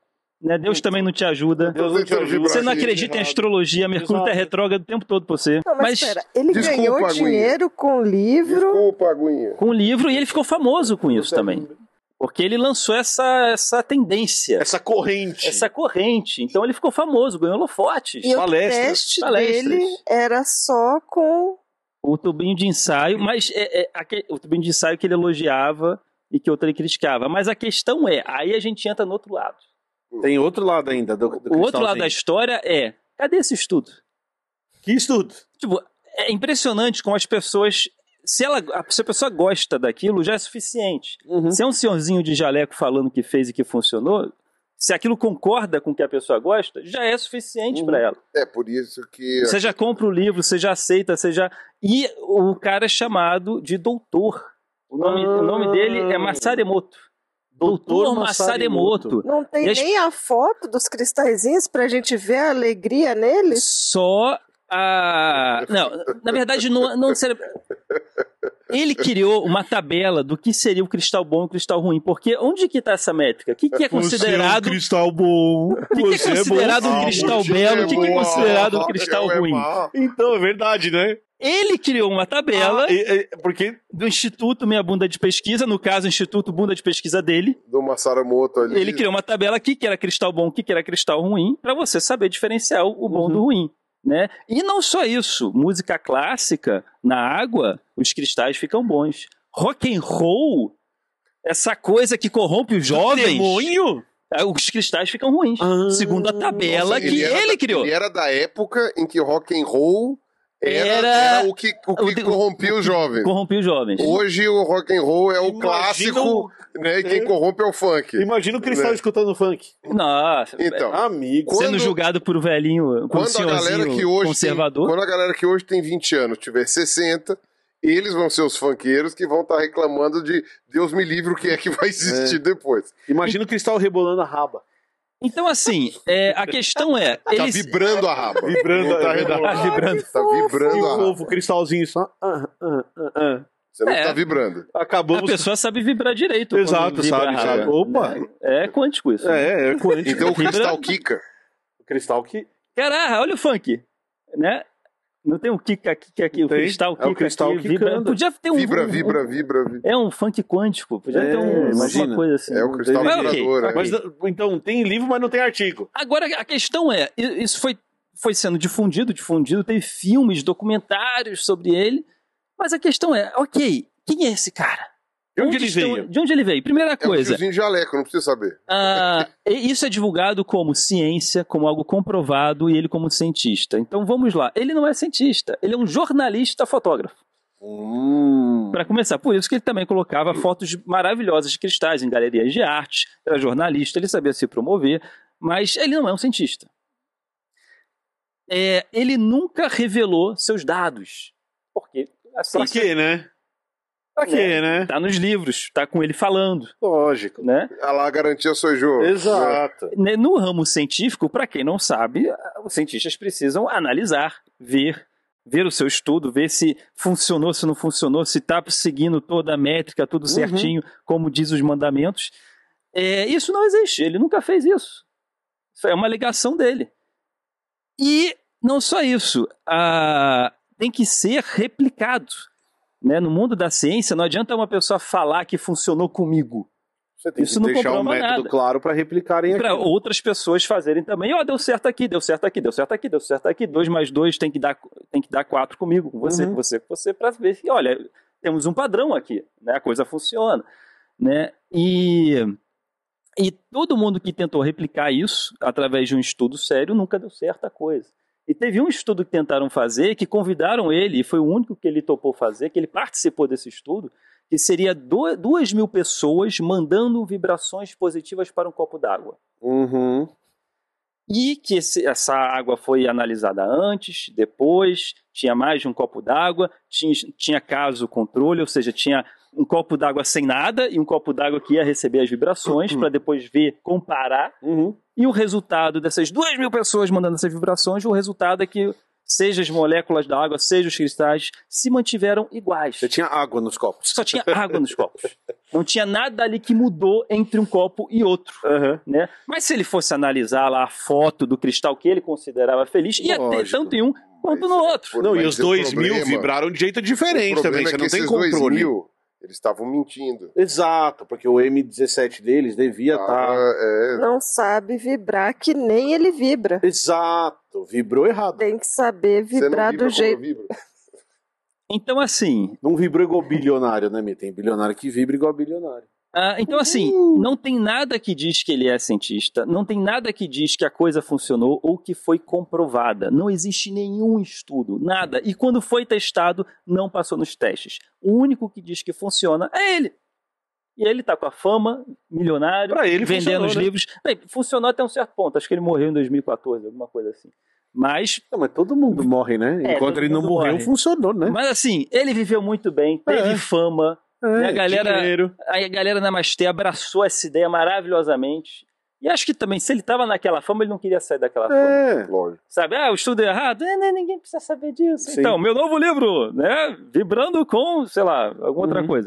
Né? Deus também não te ajuda. Deus não te ajuda. Você não acredita em astrologia, Mercúrio Exato. tá retrógrado o tempo todo pra você. Não, mas, Mas espera, ele Desculpa, ganhou Aguinha. dinheiro com livro. Desculpa, Aguinha. com o livro, e ele ficou famoso com isso também. Porque ele lançou essa, essa tendência, Essa corrente. essa corrente. Então ele ficou famoso, ganhou holofotes. E Palestras, o teste palestras. dele era só com... O tubinho de ensaio, mas é, é, aquele- o tubinho de ensaio que ele elogiava e que outro ele criticava. Mas a questão é, aí a gente entra no outro lado. Tem outro lado ainda do, do O outro lado da cristalzinho. história é, cadê esse estudo? Que estudo? Tipo, é impressionante como as pessoas... Se, ela, se a pessoa gosta daquilo, já é suficiente. Uhum. Se é um senhorzinho de jaleco falando que fez e que funcionou, se aquilo concorda com o que a pessoa gosta, já é suficiente Uhum. pra ela. É por isso que... Você já compra o livro, você já aceita, você já... E o cara é chamado de doutor. O nome, Ah. o nome dele é Masaremoto. Doutor, Doutor Masaremoto. Não tem E as- nem a foto dos cristalzinhos pra gente ver a alegria neles? Só a... Não, na verdade, não... não seria... Ele criou uma tabela do que seria o cristal bom e o cristal ruim. Porque onde que está essa métrica? O que, que é considerado... cristal bom. O que, que é considerado um cristal belo? O que, que é considerado um cristal ruim? Então, é verdade, né? Ele criou uma tabela Ah, e- e- porque do Instituto Meia Bunda de Pesquisa, no caso, o Instituto Bunda de Pesquisa dele. Do Masaremoto ali. Ele criou uma tabela aqui que era cristal bom, o que que era cristal ruim, para você saber diferenciar o bom Uhum. do ruim. Né? E não só isso, música clássica, na água, os cristais ficam bons. Rock and roll, essa coisa que corrompe os jovens, demônio? os cristais ficam ruins. Ah. segundo a tabela Nossa, que era ele da- criou. Ele era da época em que rock and roll era, Era- era o que, o que o de- corrompia os jovens. Corrompia os jovens. Hoje o rock and roll é o Imagina clássico, o- né? E quem corrompe é o funk. Imagina o cristal Né? escutando funk. Nossa, Então, Amigo. Quando- sendo julgado por um velhinho, por um quando a galera senhorzinho que hoje conservador. tem, quando a galera que hoje tem vinte anos tiver sessenta, eles vão ser os funkeiros que vão estar reclamando de Deus me livre o que é que vai existir depois. Imagina o cristal rebolando a raba. Então, assim, é, a questão é... Tá eles- vibrando a raba. Vibrando, Não tá é verdade. rebolando. Tá vibrando. Tá vibrando E a o raba. ovo, o cristalzinho só. Ah, ah, ah, ah. Você não É. tá vibrando. A Acabamos. pessoa sabe vibrar direito. quando Exato, vibra sabe, a raba. sabe. Opa! É quântico isso. É, é quântico. Então o Vibra- cristal quica. O cristal que. Caraca, olha o funk. Né? Não tem o kika, kika aqui, o Tem. cristal É o kika cristal aqui, vibra. quicando. Podia ter um... Vibra, um- vibra, vibra, vibra. É um funk quântico. Podia É, ter um, imagina. alguma coisa assim. É o cristal Mas, ok, vibrador. ok. é. Mas então, tem livro, mas não tem artigo. Agora, a questão é, i- isso foi, foi sendo difundido, difundido, teve filmes, documentários sobre ele, mas a questão é, ok, quem é esse cara? De onde ele veio? De onde ele veio? Primeira É um coisa, tiozinho de jaleco, não precisa saber. ah, e isso é divulgado como ciência, como algo comprovado, e ele como cientista. Então vamos lá, ele não é cientista, ele é um jornalista fotógrafo. Hum. Para começar, por isso que ele também colocava fotos maravilhosas de cristais em galerias de arte, era jornalista, ele sabia se promover, mas ele não é um cientista. É, ele nunca revelou seus dados. Porque a Pra ciência quê, né? Pra quê, né? tá nos livros, tá com ele falando, Lógico. né? Ah lá, a garantia sou eu. Exato. Ne- No ramo científico, para quem não sabe, os cientistas precisam analisar, ver, ver o seu estudo, ver se funcionou, se não funcionou, se está seguindo toda a métrica, tudo certinho, como diz os mandamentos. É, isso não existe, ele nunca fez isso. Isso é uma alegação dele. E não só isso, a- tem que ser replicado. Né? No mundo da ciência, não adianta uma pessoa falar que funcionou comigo. Você tem Isso que não deixar um comprova método nada. claro para replicarem Para aqui. outras pessoas fazerem também. Ó, deu certo aqui, deu certo aqui, deu certo aqui, deu certo aqui. Dois mais dois tem que dar, tem que dar quatro comigo, com você, Uhum. com você, com você, para ver que, olha, temos um padrão aqui, né? A coisa funciona, né? E, e todo mundo que tentou replicar isso através de um estudo sério nunca deu certo a coisa. E teve um estudo que tentaram fazer, que convidaram ele, e foi o único que ele topou fazer, que ele participou desse estudo, que seria do- duas mil pessoas mandando vibrações positivas para um copo d'água. Uhum. E que esse- essa água foi analisada antes, depois, tinha mais de um copo d'água, tinha, tinha caso controle, ou seja, tinha um copo d'água sem nada e um copo d'água que ia receber as vibrações para depois ver, comparar. Uhum. E o resultado dessas duas mil pessoas mandando essas vibrações, o resultado é que seja as moléculas da água, seja os cristais, se mantiveram iguais. Você tinha água nos copos. Só tinha água nos copos. Não tinha nada ali que mudou entre um copo e outro. Uhum. Né? Mas se ele fosse analisar lá a foto do cristal que ele considerava feliz, ia ter tanto em um quanto no outro. Não, e Mas os o dois mil problema- vibraram de jeito diferente O também, problema você é que não tem esses dois controle. mil, eles estavam mentindo. Exato, porque o M dezessete deles devia Ah, estar... é, Não sabe vibrar que nem ele vibra. Exato, vibrou errado. Tem que saber você não vibrar vibra do como eu jeito. vibro. Então, assim, Não vibrou igual bilionário, né, Mi? Tem bilionário que vibra igual bilionário. ah, então assim, não tem nada que diz que ele é cientista, não tem nada que diz que a coisa funcionou ou que foi comprovada. Não existe nenhum estudo, nada. E quando foi testado, não passou nos testes. O único que diz que funciona é ele. E ele tá com a fama, milionário, Pra ele vendendo funcionou, os né? livros. Bem, funcionou até um certo ponto. Acho que ele morreu em dois mil e quatorze, alguma coisa assim. Mas, Não, mas todo mundo morre, né? É, Enquanto todo ele não mundo morreu, morre. funcionou, né? mas assim, ele viveu muito bem, teve É. fama. É, a galera- dinheiro. Aí a galera Namastê abraçou essa ideia maravilhosamente. E acho que também, se ele estava naquela fama, ele não queria sair daquela fama. É. Lógico. Sabe? Ah, o estudo é errado? É, né, ninguém precisa saber disso. Sim. Então, meu novo livro, né? Vibrando com, sei lá, alguma outra Uhum. coisa.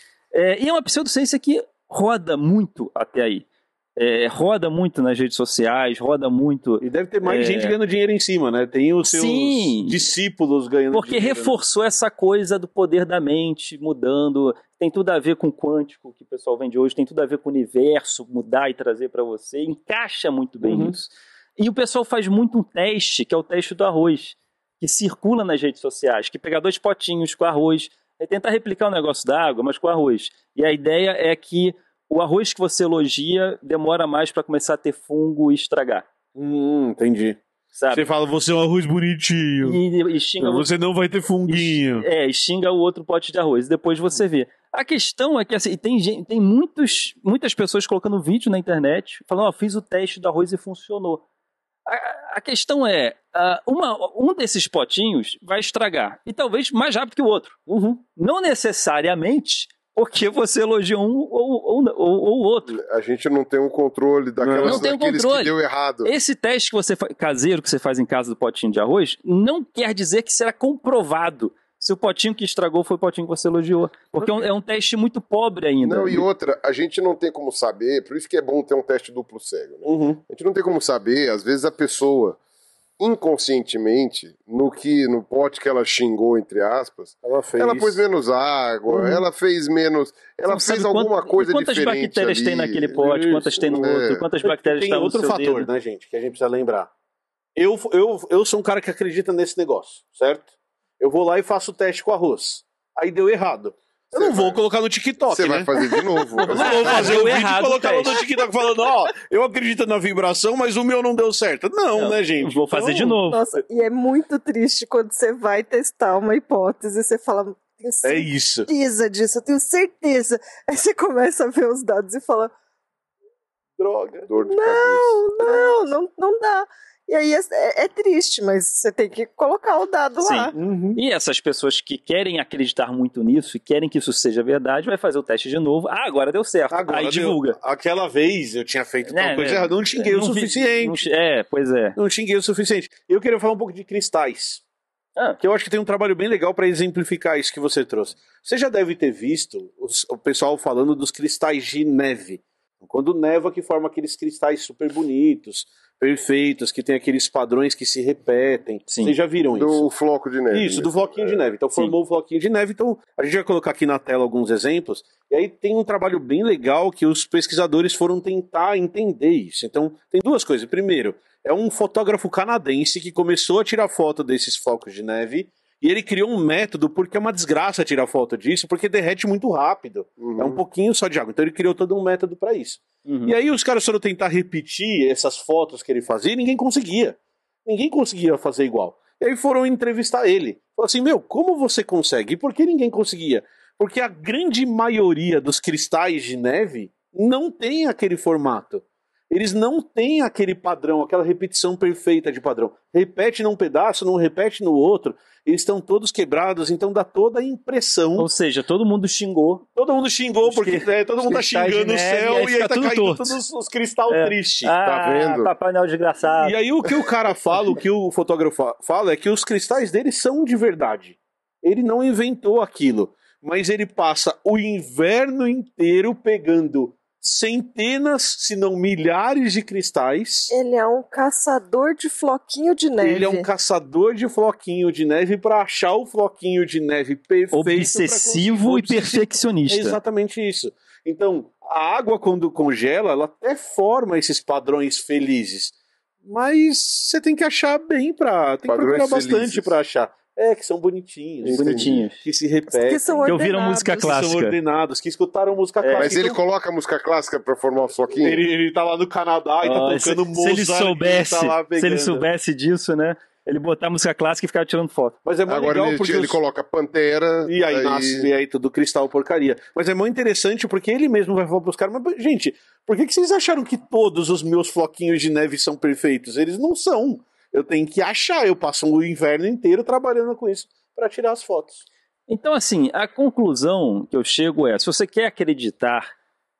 É, e é uma pseudociência que roda muito até aí. É, roda muito nas redes sociais, roda muito. E deve ter mais É. gente ganhando dinheiro em cima, né? Tem os seus Sim. discípulos ganhando Porque dinheiro. né? reforçou essa coisa do poder da mente mudando. Tem tudo a ver com o quântico que o pessoal vende hoje, tem tudo a ver com o universo mudar e trazer para você. Encaixa muito bem Uhum. nisso. E o pessoal faz muito um teste, que é o teste do arroz, que circula nas redes sociais, que pega dois potinhos com arroz, é tentar replicar o negócio da água, mas com arroz. E a ideia é que o arroz que você elogia demora mais para começar a ter fungo e estragar, Hum, entendi. sabe? Você fala, você é um arroz bonitinho. E, e xinga o Você não vai ter funguinho. É, e xinga o outro pote de arroz. E depois você vê. A questão é que assim, tem, gente, tem muitos, muitas pessoas colocando vídeo na internet falando, ó, fiz o teste do arroz e funcionou. A, a questão é, ah, uma, um desses potinhos vai estragar. E talvez mais rápido que o outro. Uhum. Não necessariamente porque você elogia um ou, ou, ou, ou o outro. A gente não tem um controle daquelas, Não tem um daqueles controle. que deu errado. Esse teste que você fa- caseiro que você faz em casa do potinho de arroz não quer dizer que será comprovado se o potinho que estragou foi o potinho que você elogiou. Porque é um, é um teste muito pobre ainda. Não, e outra, a gente não tem como saber, por isso que é bom ter um teste duplo cego. Né? Uhum. A gente não tem como saber, às vezes a pessoa, inconscientemente, no que no pote que ela xingou, entre aspas, Ela fez. ela pôs menos água, Uhum. ela fez menos, ela Você não fez sabe alguma quant- coisa e quantas diferente bactérias ali. tem naquele pote, Isso, quantas tem no é. outro, quantas bactérias Tem estão no outro seu fator, dedo. né, gente, que a gente precisa lembrar. Eu, eu, eu sou um cara que acredita nesse negócio, certo? Eu vou lá e faço o teste com arroz. Aí deu errado. Eu Você não vou vai- colocar no TikTok, Você né? vai fazer de novo. Eu não Ah, vou fazer deu o vídeo errado e colocar o lá no teste. TikTok falando, ó, eu acredito na vibração, mas o meu não deu certo. Não, Não, né, gente? Vou fazer de Então, novo. Nossa, e é muito triste quando você vai testar uma hipótese e você fala, tenho É isso. certeza disso, eu tenho certeza. Aí você começa a ver os dados e fala, Droga. Dor de cabeça. não, não, não dá. E aí é, é- é triste, mas você tem que colocar o dado lá. Sim. Uhum. E essas pessoas que querem acreditar muito nisso e querem que isso seja verdade, vai fazer o teste de novo. Ah, agora deu certo. Agora Aí deu- divulga. Aquela vez eu tinha feito Né, tal coisa né? errada. Não xinguei o Não vi- suficiente. não- é, pois é. Não xinguei o suficiente. Eu queria falar um pouco de cristais. Ah, Que eu acho que tem um trabalho bem legal para exemplificar isso que você trouxe. Você já deve ter visto os- o pessoal falando dos cristais de neve. Quando neva, que forma aqueles cristais super bonitos, perfeitos, que tem aqueles padrões que se repetem. Sim. Vocês já viram isso? Do floco de neve. Isso, do mesmo. floquinho de neve. Então Sim. formou o floquinho de neve. Então a gente vai colocar aqui na tela alguns exemplos. E aí tem um trabalho bem legal que os pesquisadores foram tentar entender isso. Então tem duas coisas. Primeiro, é um fotógrafo canadense que começou a tirar foto desses flocos de neve. E ele criou um método, porque é uma desgraça tirar foto disso, porque derrete muito rápido. Uhum. É um pouquinho só de água. Então ele criou todo um método para isso. uhum. E aí os caras foram tentar repetir essas fotos que ele fazia e ninguém conseguia. Ninguém conseguia fazer igual. E aí foram entrevistar ele. Falaram assim, meu, como você consegue? E por que ninguém conseguia? Porque a grande maioria dos cristais de neve não tem aquele formato. eles não têm aquele padrão, aquela repetição perfeita de padrão. Repete num pedaço, não repete no outro. Eles estão todos quebrados, então dá toda a impressão. Ou seja, todo mundo xingou. Todo mundo xingou, Os porque que- é, todo os mundo tá cristais xingando de o neve, céu aí e aí fica tá tudo caindo torto. todos os, os cristal É. tristes. Ah, tá vendo? Papai Noel desgraçado. E aí o que o cara fala, o que o fotógrafo fa- fala é que os cristais dele são de verdade. Ele não inventou aquilo, mas ele passa o inverno inteiro pegando centenas, se não milhares de cristais. Ele é um caçador de floquinho de neve. Ele é um caçador de floquinho de neve para achar o floquinho de neve perfeito. pra Obsessivo conseguir- e perfeccionista. É exatamente isso. Então, a água, quando congela, ela até forma esses padrões felizes. Mas você tem que achar bem pra. Tem que Padrões procurar bastante felizes. pra achar. É, que são bonitinhos. Bonitinhos. Que se repetem. Que são Que ouviram ordenados. música que são clássica. ordenados, que escutaram música clássica. Mas ele Então, coloca a música clássica pra formar o soquinho? ele, ele tá lá no Canadá e tá Ah, se, tocando se ele Mozart. soubesse, e tá lá se ele pegando. soubesse disso, né? Ele botar música clássica e ficava tirando foto. Mas é muito Agora legal ele, porque ele os- coloca Pantera. E aí nasce, e aí tudo cristal porcaria. Mas é muito interessante porque ele mesmo vai falar pros caras, mas gente, por que, que vocês acharam que todos os meus floquinhos de neve são perfeitos? Eles não são. Eu tenho que achar, eu passo o inverno inteiro trabalhando com isso para tirar as fotos. Então, assim, a conclusão que eu chego é, se você quer acreditar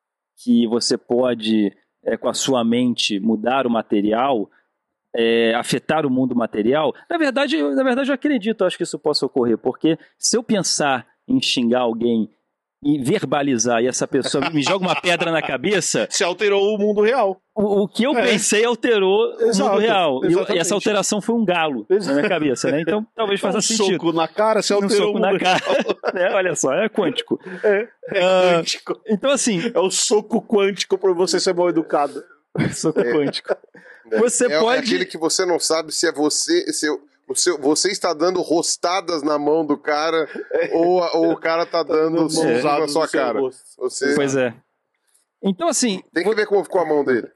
que você pode, é, com a sua mente, mudar o material, é, afetar o mundo material, na verdade, eu, na verdade eu acredito, eu acho que isso possa ocorrer, porque se eu pensar em xingar alguém e verbalizar e essa pessoa me joga uma pedra na cabeça, Se alterou o mundo real. o, o que eu É. pensei alterou Exato, o mundo real. E, eu- e exatamente. essa alteração foi um galo na minha cabeça, né? Então talvez faça um sentido. soco na cara, se Um alterou soco o na mundo cara. né? Olha só, é quântico. É, é Ah, quântico. Então, assim, É o soco quântico por você ser mal educado. soco quântico. Né? Você é, pode- é aquele que você não sabe se é você, se o seu, você está dando rostadas na mão do cara ou, a- ou o cara tá dando Dando socos mãozadas na no sua seu cara. rosto. Você Pois é. Então, assim, tem que ver como ficou a mão dele.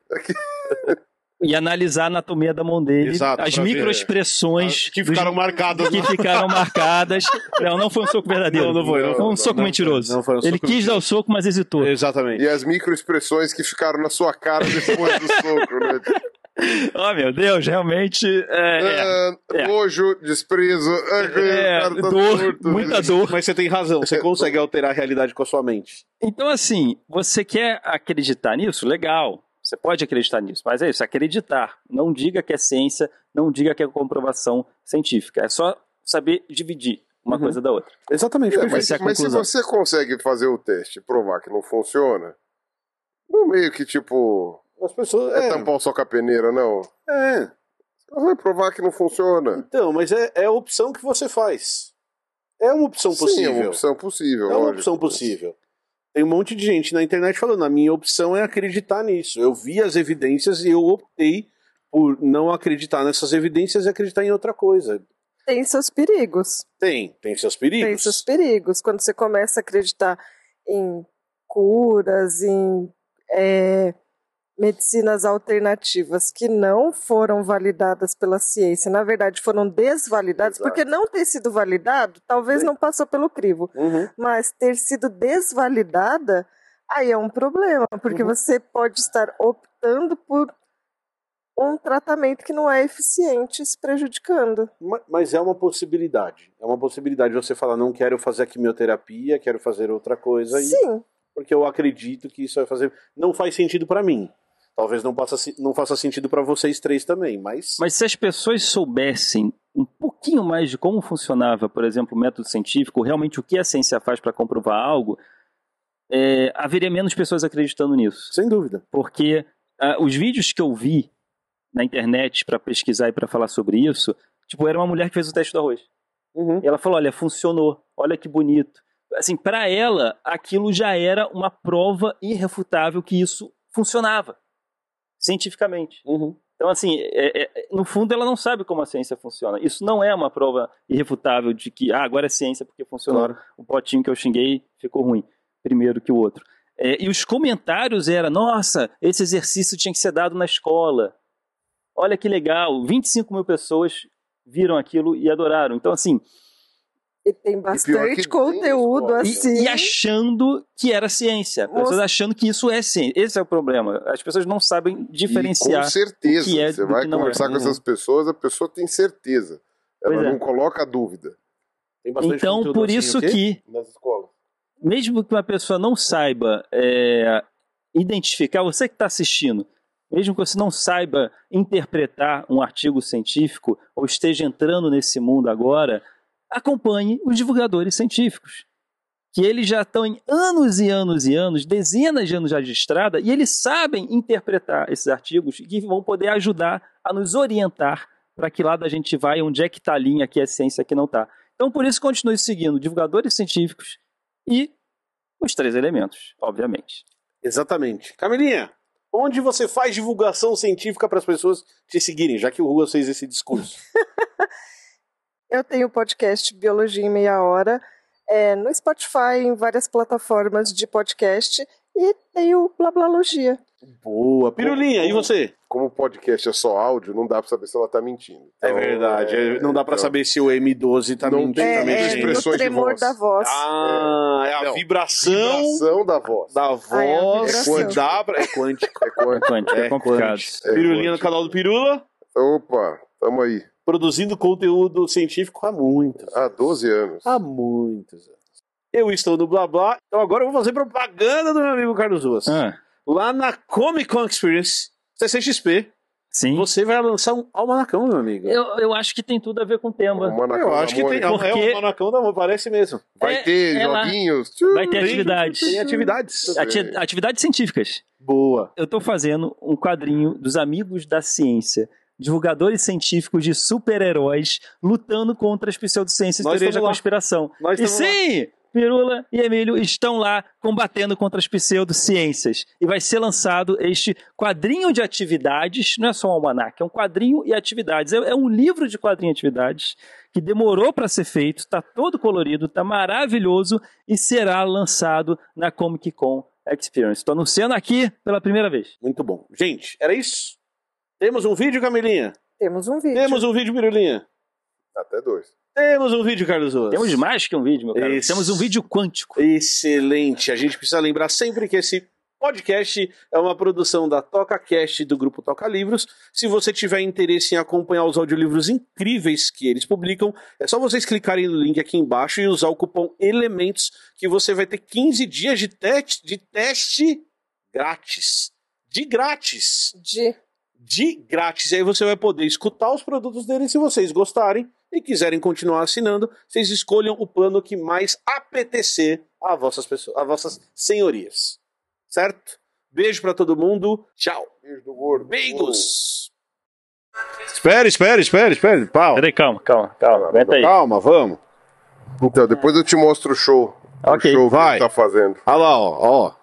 e analisar a anatomia da mão dele, Exato, as pra ver. microexpressões Que dos- ficaram marcadas. que no- ficaram marcadas. Não, não foi um soco verdadeiro. Não, não foi, não Foi um foi, soco não mentiroso. foi, não foi um Ele soco quis dar o soco, mas hesitou. Exatamente. E as microexpressões que ficaram na sua cara depois do soco, né? Oh, meu Deus, realmente. É, é, Ah, é. Nojo, desprezo. Ah, o É, cara tá dor, torto. muita dor. Mas você tem razão, você consegue alterar a realidade com a sua mente. Então, assim, você quer acreditar nisso? Legal. Você pode acreditar nisso, mas é isso, acreditar. Não diga que é ciência, não diga que é comprovação científica. É só saber dividir uma Uhum. coisa da outra. Exatamente. É, perfeito. mas, Essa é a mas se conclusão. você consegue fazer o teste e provar que não funciona, não meio que tipo. As pessoas. É, É, tampar o sol com a peneira, não. é. Você vai provar que não funciona. Então, mas é, é a opção que você faz. É uma opção Sim, possível. é uma opção possível. É uma lógico. opção possível. Tem um monte de gente na internet falando, a minha opção é acreditar nisso. Eu vi as evidências e eu optei por não acreditar nessas evidências e acreditar em outra coisa. Tem seus perigos. Tem, tem seus perigos. Tem seus perigos. Quando você começa a acreditar em curas, em é, medicinas alternativas que não foram validadas pela ciência, na verdade foram desvalidadas, Exato. porque não ter sido validado, talvez não passou pelo crivo, Uhum. mas ter sido desvalidada, aí é um problema, porque Uhum. você pode estar optando por um tratamento que não é eficiente, se prejudicando. Ma- Mas é uma possibilidade. É uma possibilidade de você falar, não quero fazer a quimioterapia, quero fazer outra coisa, e- Sim, porque eu acredito que isso vai fazer. Não faz sentido pra mim. Talvez não, passa, não faça sentido pra vocês três também, mas. Mas se as pessoas soubessem um pouquinho mais de como funcionava, por exemplo, o método científico, realmente o que a ciência faz para comprovar algo, é, haveria menos pessoas acreditando nisso. Sem dúvida. Porque ah, os vídeos que eu vi na internet para pesquisar e para falar sobre isso, tipo, era uma mulher que fez o teste do arroz. Uhum. E ela falou, olha, funcionou, olha que bonito. Assim, para ela, aquilo já era uma prova irrefutável que isso funcionava, cientificamente. Uhum. Então, assim, é, é, no fundo ela não sabe como a ciência funciona. Isso não é uma prova irrefutável de que, ah, agora é ciência porque funcionou. Claro. O potinho que eu xinguei ficou ruim, primeiro que o outro. É, e os comentários eram, nossa, esse exercício tinha que ser dado na escola. Olha que legal, vinte e cinco mil pessoas viram aquilo e adoraram. Então, assim, E tem pior bastante que tem conteúdo escola. E, assim. e achando que era ciência. As pessoas achando que isso é ciência. Esse é o problema. As pessoas não sabem diferenciar. E com certeza, o que é você do vai que não conversar é. com essas pessoas, a pessoa tem certeza. Ela Pois é. não coloca dúvida Tem bastante Então, conteúdo por assim, isso o quê? que, nas escolas. mesmo que uma pessoa não saiba é, identificar, você que está assistindo, mesmo que você não saiba interpretar um artigo científico ou esteja entrando nesse mundo agora, acompanhe os divulgadores científicos, que eles já estão em anos e anos e anos, dezenas de anos já de estrada, e eles sabem interpretar esses artigos e que vão poder ajudar a nos orientar para que lado a gente vai, onde é que está a linha, aqui é ciência, aqui não está. Então, por isso, continue seguindo divulgadores científicos e os três elementos, obviamente. Exatamente. Camilinha, onde você faz divulgação científica para as pessoas te seguirem, já que o Rua fez esse discurso? Eu tenho o podcast Biologia em Meia Hora, é, no Spotify, em várias plataformas de podcast, e tenho Blablalogia. Boa. Pirulinha, e você? Como o podcast é só áudio, não dá pra saber se ela tá mentindo. É Então, verdade. é, Não dá pra então, saber se o M doze tá Não mentindo. tem É, tá também é, mentindo. no expressões de tremor voz. da voz. Ah, é a Não, vibração, vibração da voz. da Ah, é a voz vibração. que dá pra... É quântico. É quântico. Quântico, é, É complicado. quântico. É Pirulinha no quântico. canal do Pirula, Opa, tamo aí. produzindo conteúdo científico há muitos Há doze anos. Há muitos anos. Eu estou no Blá Blá, então agora eu vou fazer propaganda do meu amigo Carlos Ruas. Ah, Lá na Comic Con Experience C C X P, sim. você vai lançar um almanacão, meu amigo. Eu, eu acho que tem tudo a ver com o tema. O Manacão Eu da acho que tem. Mônica. É Porque- o almanacão da Mônica, parece mesmo. Vai É- ter é lá. joguinhos. Vai ter Tem- atividades. Tem atividades. Ati- atividades científicas. Boa. Eu estou fazendo um quadrinho dos amigos da ciência, divulgadores científicos de super-heróis lutando contra as pseudociências e Nós teorias da estamos lá. conspiração. Nós E estamos lá. sim, Pirula e Emílio estão lá combatendo contra as pseudociências. E vai ser lançado este quadrinho de atividades, não é só um almanac, é um quadrinho e atividades. É, é um livro de quadrinho e atividades que demorou para ser feito, está todo colorido, está maravilhoso e será lançado na Comic Con Experience. Estou anunciando aqui pela primeira vez. Muito bom. Gente, era isso? Temos um vídeo, Camilinha? Temos um vídeo. Temos um vídeo, Pirulinha? Até dois. Temos um vídeo, Carlos Ruas. Temos mais que um vídeo, meu cara. Isso. Temos um vídeo quântico. Excelente. A gente precisa lembrar sempre que esse podcast é uma produção da TocaCast do grupo Toca Livros. Se você tiver interesse em acompanhar os audiolivros incríveis que eles publicam, é só vocês clicarem no link aqui embaixo e usar o cupom ELEMENTOS que você vai ter quinze dias de, te de teste grátis. De grátis. De... De grátis. E aí você vai poder escutar os produtos deles se vocês gostarem e quiserem continuar assinando. Vocês escolham o plano que mais apetecer a vossas pessoas, a vossas senhorias. Certo? Beijo pra todo mundo. Tchau. Beijo do gordo. Beijos. Espera, espera, espera, espera. Pau. Peraí, calma, calma, calma. Aguenta aí. Calma, vamos. Então, depois eu te mostro o show. Ok, o show vai. que ele tá fazendo. Olha lá, ó. ó.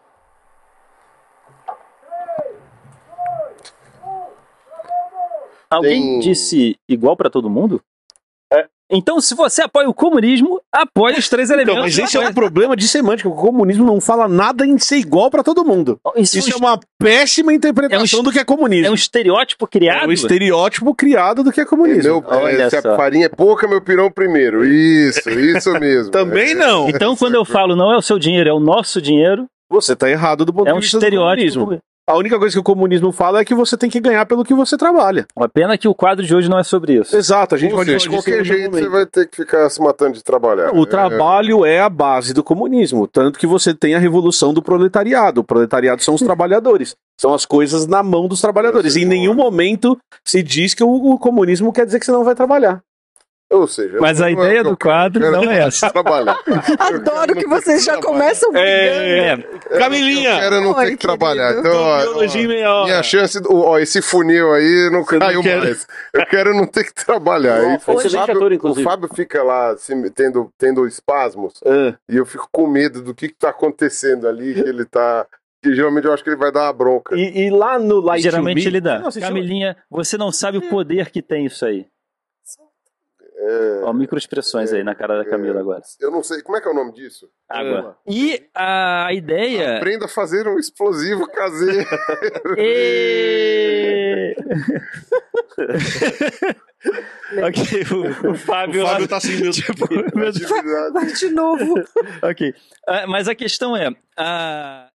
Alguém Tem- disse igual pra todo mundo? Então, se você apoia o comunismo, apoie os três elementos. Então, mas esse é um problema de semântica. O comunismo não fala nada em ser igual pra todo mundo. Isso, Isso é é um, uma péssima interpretação É um- do que é comunismo. é um estereótipo criado. É um estereótipo criado do que é comunismo. Meu, Olha é, se só. a farinha é pouca, meu pirão primeiro. Isso, isso mesmo. Também É. não. Então, quando eu falo não é o seu dinheiro, é o nosso dinheiro, Você tá errado do ponto é de um vista do estereótipo. comunismo. A única coisa que o comunismo fala é que você tem que ganhar pelo que você trabalha. Uma pena que o quadro de hoje não é sobre isso. Exato, a gente Ou pode seja, de falar disso em qualquer outro jeito momento. você vai ter que ficar se matando de trabalhar. O trabalho é a base do comunismo, tanto que você tem a revolução do proletariado. O proletariado são os trabalhadores, são as coisas na mão dos trabalhadores. Em nenhum momento se diz que o, o comunismo quer dizer que você não vai trabalhar. Ou seja, Mas a não é ideia o que eu do quadro quero, não é essa. trabalhar. Adoro que vocês já começam brigando. É, Eu Camilinha, quero não Oi, ter que trabalhar. querido. Então, ó, biologia em ó, meia hora. minha chance, do- ó, esse funil aí não Você não caiu quer- mais. Eu quero não ter que trabalhar. Nossa, Aí, o, excelente Fábio, ator, o inclusive. Fábio fica lá se- tendo, tendo espasmos Ah, e eu fico com medo do que, que tá acontecendo ali, que ele tá. Que geralmente eu acho que ele vai dar uma bronca. e, e lá no Light Geralmente to Me- ele dá. Não, você chama- Camilinha, você não sabe o poder que tem isso aí. É, Ó, microexpressões aí na cara da Camila agora. eu não sei, como é que é o nome disso? Água. E a ideia... Aprenda a fazer um explosivo caseiro. E... Ok, o, o Fábio... O Fábio lá- tá assim, meu tipo, Deus. meu Deus. Atividade. Vai de novo. Ok. Ah, mas a questão é... ah,